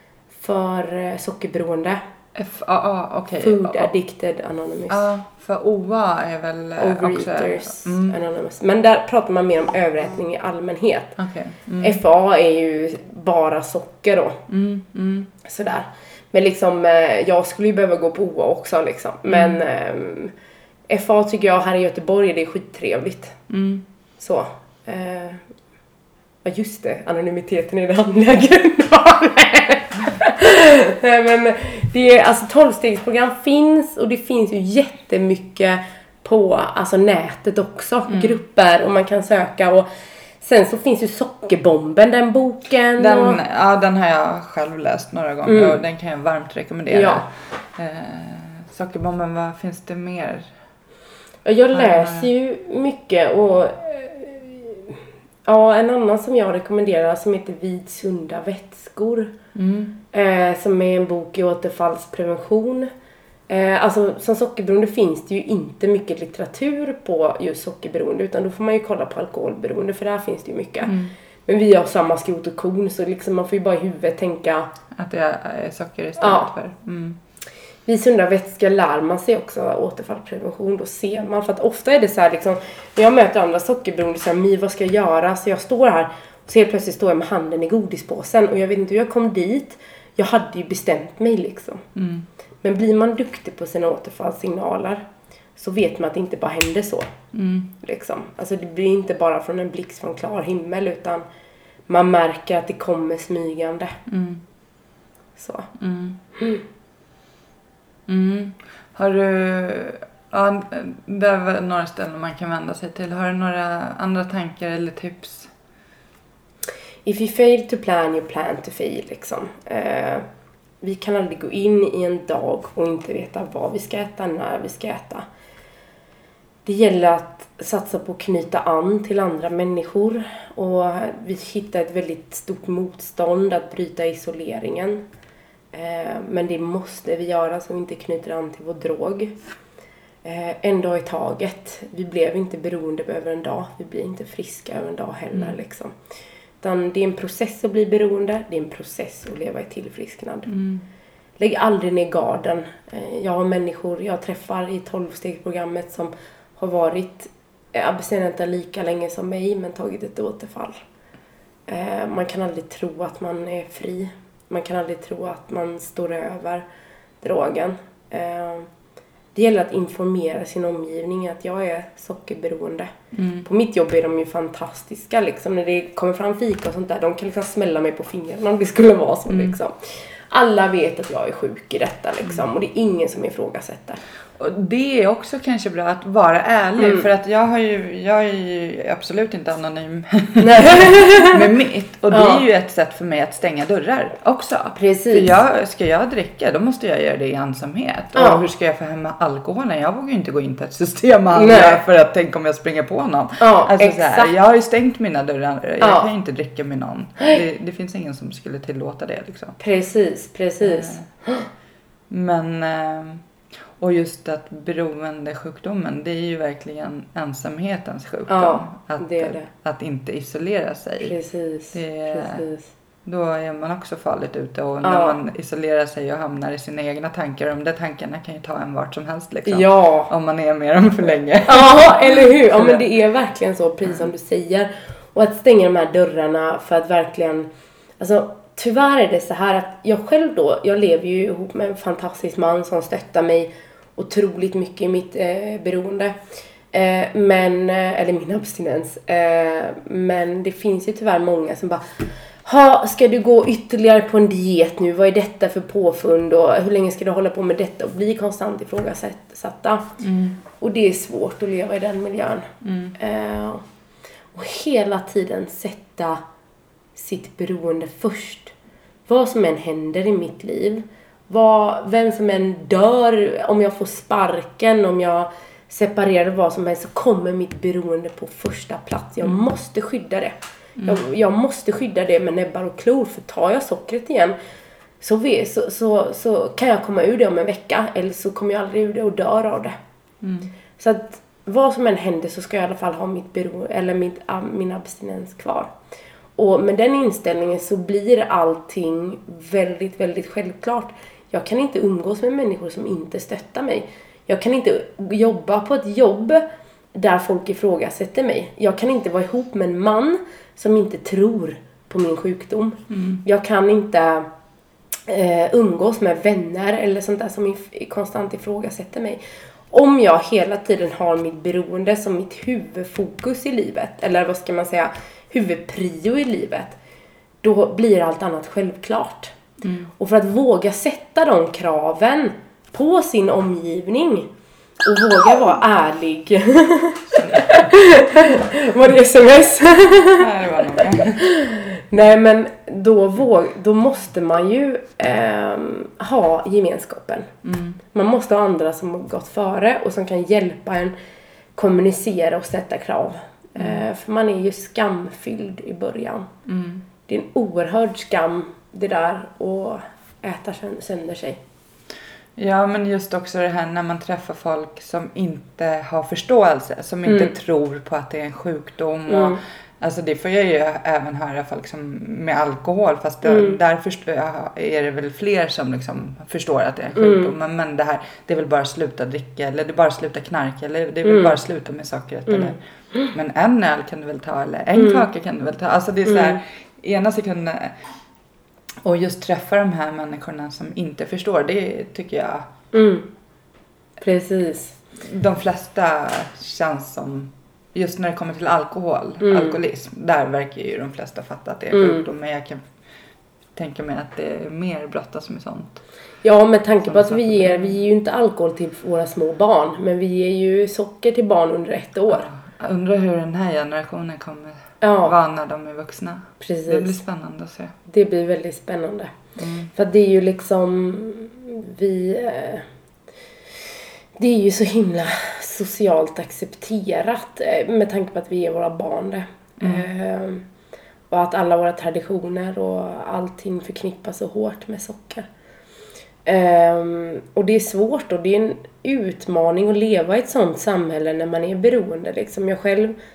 för sockerberoende. F A A, okej. Okay. Food Addicted Anonymous. Ja, uh, för O A är väl Overeaters mm. Anonymous. Men där pratar man mer om överrättning i allmänhet. Okay. Mm. F A A är ju bara socker då. Mm. Mm. Sådär. Men liksom, jag skulle ju behöva gå på O A också liksom. Men mm. eh, F A A tycker jag här i Göteborg, det är skittrevligt. Mm. Så. Eh, ja just det, anonymiteten är det andra grundvalen. Men det är, alltså tolvstegsprogram finns, och det finns ju jättemycket på alltså nätet också, mm. grupper, och man kan söka, och sen så finns ju Sockerbomben, den boken. Den, och... ja, den har jag själv läst några gånger mm. och den kan jag varmt rekommendera. Ja. Eh, Sockerbomben, vad finns det mer? Jag läser ju mycket, och ja, en annan som jag rekommenderar som heter Vid sunda vätskor. Mm. Eh, som är en bok i återfallsprevention. Eh, alltså som sockerberoende finns det ju inte mycket litteratur på just sockerberoende, utan då får man ju kolla på alkoholberoende, för där finns det ju mycket. Mm. Men vi har samma skrot och korn, så liksom man får ju bara i huvudet tänka att det är socker istället ja. för. Mm. Vid sunda vätskor lär man sig också återfallsprevention. Då ser man, för att ofta är det så här liksom, när jag möter andra sockerberoende så här, Mi, vad ska jag göra? Så jag står här och så helt plötsligt står jag med handen i godispåsen, och jag vet inte hur jag kom dit. Jag hade ju bestämt mig liksom. Mm. Men blir man duktig på sina återfallssignaler så vet man att det inte bara händer så. Mm. Liksom. Alltså det blir inte bara från en blixt från klar himmel, utan man märker att det kommer smygande. Mm. Så. Mm. Mm. Mm. Har du, ja, det är väl några ställen man kan vända sig till. Har du några andra tankar eller tips? If you fail to plan, you plan to fail liksom. Eh, vi kan aldrig gå in i en dag och inte veta vad vi ska äta, när vi ska äta. Det gäller att satsa på att knyta an till andra människor, och vi hittar ett väldigt stort motstånd att bryta isoleringen. Men det måste vi göra så vi inte knyter an till vår drog. En dag i taget. Vi blev inte beroende över en dag. Vi blir inte friska över en dag heller. Mm. Liksom. Utan det är en process att bli beroende. Det är en process att leva i tillfrisknad. Mm. Lägg aldrig ner garden. Jag har människor jag träffar i tolv-stegsprogrammet som har varit abstinenta lika länge som mig men tagit ett återfall. Man kan aldrig tro att man är fri. Man kan aldrig tro att man står över drogen. Det gäller att informera sin omgivning att jag är sockerberoende. Mm. På mitt jobb är de ju fantastiska liksom. När det kommer fram fika och sånt där. De kan liksom smälla mig på fingrarna om det skulle vara så mm. liksom. Alla vet att jag är sjuk i detta liksom. Mm. Och det är ingen som ifrågasätter. Och det är också kanske bra att vara ärlig. Mm. För att jag, har ju, jag är ju absolut inte anonym med mitt. Och det ja. är ju ett sätt för mig att stänga dörrar också. Precis. För jag, ska jag dricka, då måste jag göra det i ensamhet. Ja. Och hur ska jag få hem alkoholen? Jag vågar ju inte gå in till ett system med andra för att tänka om jag springer på någon. Ja, alltså, exakt. Så här, jag har ju stängt mina dörrar. Jag ja. kan ju inte dricka med någon. Det, det finns ingen som skulle tillåta det liksom. Precis, precis. Men... Och just att beroendesjukdomen, det är ju verkligen ensamhetens sjukdom. Ja, att, det är det. Att inte isolera sig. Precis, det, precis. Då är man också farligt ute. Och när ja. man isolerar sig och hamnar i sina egna tankar. De där tankarna kan ju ta en vart som helst liksom. Ja. Om man är med dem för länge. Ja, eller hur? Ja, men det är verkligen så, precis som du säger. Och att stänga de här dörrarna för att verkligen... Alltså, tyvärr är det så här att jag själv då... Jag lever ju ihop med en fantastisk man som stöttar mig otroligt mycket i mitt eh, beroende. Eh, men, eh, eller min abstinens. Eh, men det finns ju tyvärr många som bara... Ha, ska du gå ytterligare på en diet nu? Vad är detta för påfund? Och hur länge ska du hålla på med detta? Och bli konstant ifrågasatta. Mm. Och det är svårt att leva i den miljön. Mm. Eh, och hela tiden sätta sitt beroende först. Vad som än händer i mitt liv. Vad, vem som än dör. Om jag får sparken. Om jag separerar vad som helst. Så kommer mitt beroende på första plats. Jag mm. måste skydda det. Mm. Jag, jag måste skydda det med näbbar och klor. För tar jag sockret igen så, vi, så, så, så kan jag komma ur det om en vecka. Eller så kommer jag aldrig ur det och dör av det. Mm. Så att vad som än händer så ska jag i alla fall ha mitt beroende, eller mitt, min abstinens kvar. Och med den inställningen så blir allting väldigt, väldigt självklart. Jag kan inte umgås med människor som inte stöttar mig. Jag kan inte jobba på ett jobb där folk ifrågasätter mig. Jag kan inte vara ihop med en man som inte tror på min sjukdom. Mm. Jag kan inte eh, umgås med vänner eller sånt där som if- konstant ifrågasätter mig. Om jag hela tiden har mitt beroende som mitt huvudfokus i livet, eller vad ska man säga, huvudprio i livet, då blir allt annat självklart. Mm. Och för att våga sätta de kraven på sin omgivning och våga vara ärlig. Var det sms? Nej, det var nog. Nej, men då, våg, då måste man ju eh, ha gemenskapen. Mm. Man måste ha andra som har gått före och som kan hjälpa en kommunicera och sätta krav. Mm. Eh, för man är ju skamfylld i början. Mm. Det är en oerhörd skam det där att äta sönder sig. Ja, men just också det här när man träffar folk som inte har förståelse. Som inte mm. tror på att det är en sjukdom. Och, mm. alltså det får jag ju även höra folk som med alkohol. Fast det, mm. där förstår jag, är det väl fler som liksom förstår att det är en sjukdom. Mm. Men, men det här, det är väl bara sluta dricka. Eller det är bara sluta knarka. Eller det är väl mm. bara sluta med sockret. Mm. Eller, men en öl kan du väl ta. Eller en mm. kaka kan du väl ta. Alltså det är så här, mm. ena sekunden... Och just träffa de här människorna som inte förstår, det tycker jag... Mm. Precis. De flesta känns som... Just när det kommer till alkohol, mm. alkoholism, där verkar ju de flesta fatta att det är en sjukdom. Mm. Men jag kan tänka mig att det är mer brottas med sånt. Ja, med tanke på att vi ger, vi ger ju inte alkohol till våra små barn. Men vi ger ju socker till barn under ett år. Jag undrar hur den här generationen kommer... Ja. Var när de är vuxna. Precis. Det blir spännande att se. Det blir väldigt spännande. Mm. För det är ju liksom vi eh, det är ju så himla socialt accepterat eh, med tanke på att vi är våra barn det. Mm. Eh, och att alla våra traditioner och allting förknippas så hårt med socker. Eh, och det är svårt och det är en utmaning att leva i ett sånt samhälle när man är beroende liksom. Jag själv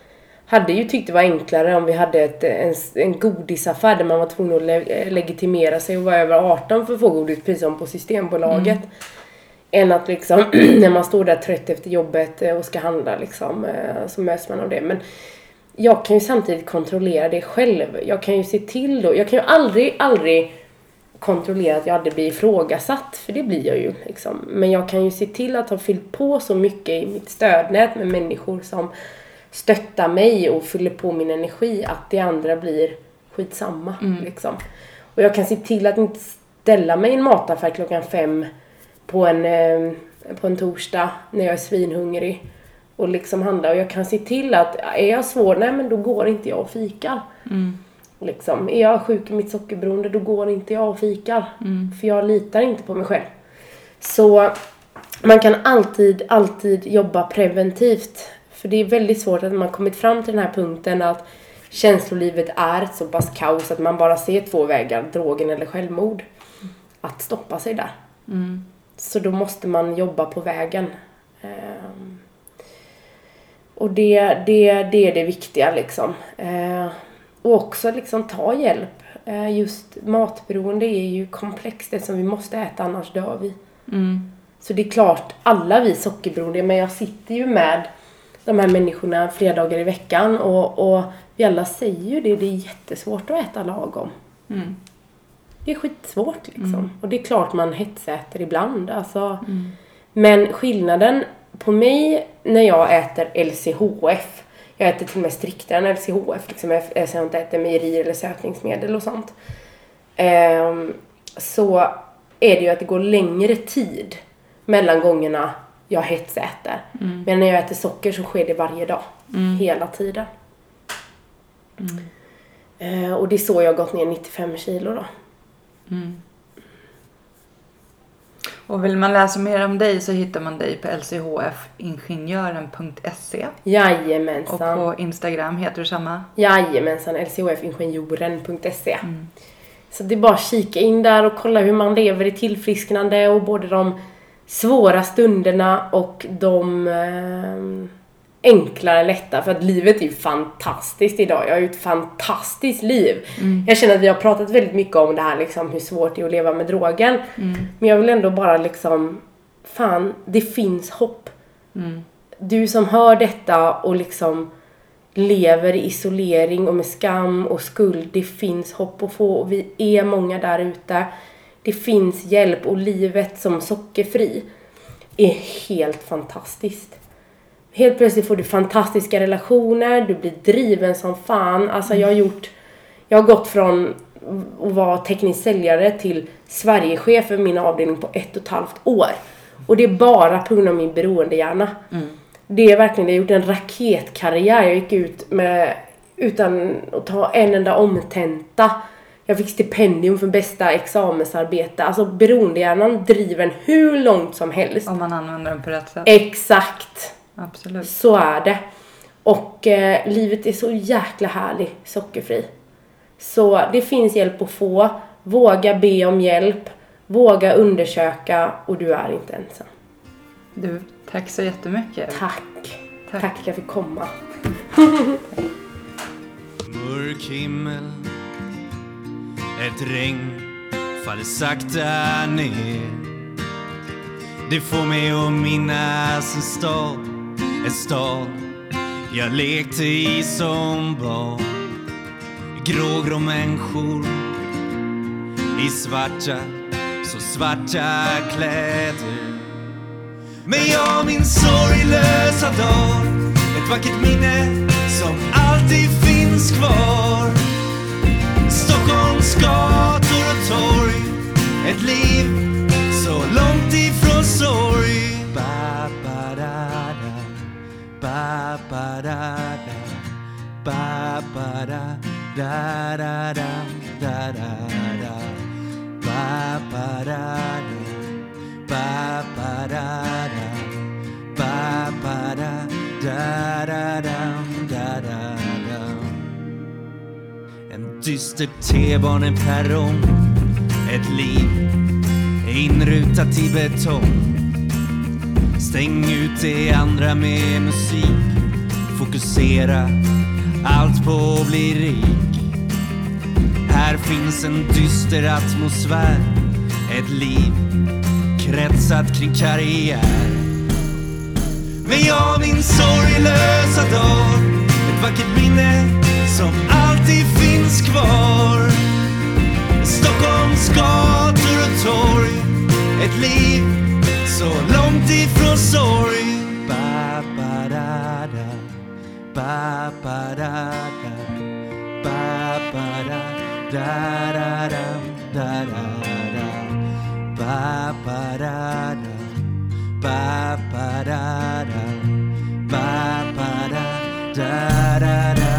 hade ju tyckt det var enklare om vi hade ett, en, en godisaffär där man var tvungen att le, legitimera sig och vara över arton för att få godis, precis som på Systembolaget. Mm. Än att liksom, när man står där trött efter jobbet och ska handla liksom, så möts man av det. Men jag kan ju samtidigt kontrollera det själv. Jag kan ju se till då, jag kan ju aldrig, aldrig kontrollera att jag hade blivit ifrågasatt, för det blir jag ju liksom. Men jag kan ju se till att ha fyllt på så mycket i mitt stödnät med människor som stöttar mig och fyller på min energi att det andra blir skitsamma mm. liksom. Och jag kan se till att inte ställa mig i en mataffär klockan fem på en, eh, på en torsdag när jag är svinhungrig och liksom handla. Och jag kan se till att är jag svår, nej men då går inte jag och fikar. Mm. Liksom, är jag sjuk i mitt sockerberoende, då går inte jag och fikar. Mm. För jag litar inte på mig själv. Så man kan alltid, alltid jobba preventivt. För det är väldigt svårt att man kommit fram till den här punkten att känslolivet är så pass kaos att man bara ser två vägar, drogen eller självmord. Att stoppa sig där. Mm. Så då måste man jobba på vägen. Um, och det, det, det är det viktiga liksom. Uh, och också liksom ta hjälp. Uh, just matberoende är ju komplext eftersom vi måste äta, annars dör vi. Mm. Så det är klart, alla vi sockerberoende, men jag sitter ju med de här människorna flera dagar i veckan och, och vi alla säger ju det, det är jättesvårt att äta lagom. Mm. Det är skitsvårt liksom. Mm. Och det är klart man hetsäter ibland. Alltså. Mm. Men skillnaden på mig när jag äter L C H F. Jag äter till och med striktare än L C H F. Liksom, eftersom jag inte äter mejeri eller sötningsmedel och sånt. Um, så är det ju att det går längre tid mellan gångerna jag hetsäter. Mm. Men när jag äter socker så sker det varje dag. Mm. Hela tiden. Mm. Uh, och det är så jag har gått ner nittiofem kilo då. Mm. Och vill man läsa mer om dig så hittar man dig på l c h f ingenjören punkt se. Jajamensan. Och på Instagram heter du samma? Jajamensan, l c h f ingenjören punkt se. Mm. Så det är bara att kika in där och kolla hur man lever i tillfrisknande och både de svåra stunderna och de eh, enklare, lätta. För att livet är ju fantastiskt idag. Jag har ju ett fantastiskt liv. Mm. Jag känner att vi har pratat väldigt mycket om det här liksom, hur svårt det är att leva med drogen. Mm. Men jag vill ändå bara liksom, fan, det finns hopp. Mm. Du som hör detta och liksom lever i isolering och med skam och skuld, det finns hopp att få. Och vi är många där ute. Det finns hjälp och livet som sockerfri är helt fantastiskt. Helt plötsligt får du fantastiska relationer, du blir driven som fan. Alltså jag har gjort, jag har gått från att vara teknisk säljare till Sverigechef för min avdelning på ett och ett halvt år. Och det är bara på grund av min beroendehjärna. Mm. Det är verkligen, jag har gjort en raketkarriär. Jag gick ut med, utan att ta en enda omtenta. Jag fick stipendium för bästa examensarbete. Alltså beroendehjärnan driver en hur långt som helst. Om man använder den på rätt sätt. Exakt. Absolut. Så är det. Och eh, livet är så jäkla härlig, sockerfri. Så det finns hjälp att få. Våga be om hjälp. Våga undersöka. Och du är inte ensam. Du, tack så jättemycket. Tack. Tack, tack att jag fick komma. Mörk himmel. Ett regn faller sakta ner. Det får mig att minnas en stad. En stad jag lekte i som barn. Grågrå människor i svarta, så svarta kläder. Men jag minns sorglösa dag. Ett vackert minne som alltid finns kvar. Stockholms gator och torg. Ett liv så långt ifrån sorg. Ba ba da da, ba ba da da, ba ba da da da da da da, ba ba da da, ba ba da da, ba ba da da da da da da. En dyster T-baneperrong, ett liv inrutat i betong. Stäng ut det andra med musik. Fokusera, allt på att bli rik. Här finns en dyster atmosfär, ett liv kretsat kring karriär. Men jag min sorglösa dag, ett vackert minne som alltid finns kvar. Stockholms gator och torg, ett liv så långt ifrån sorg. Ba ba da da, ba ba da da, ba ba da da da da da da, ba ba da da, ba ba da da, ba ba da da da da.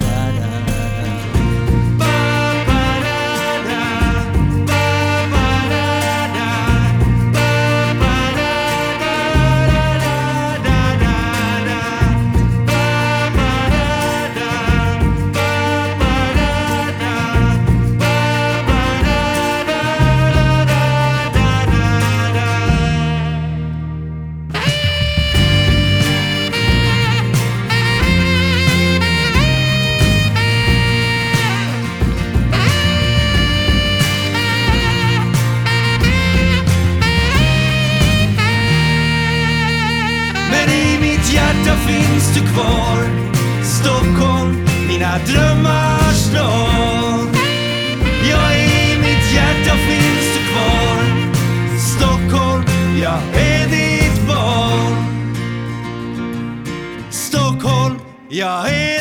Finns du kvar, Stockholm, mina drömmars stad. Ja, i mitt hjärta finns du kvar, Stockholm, jag är ditt barn. Stockholm, jag är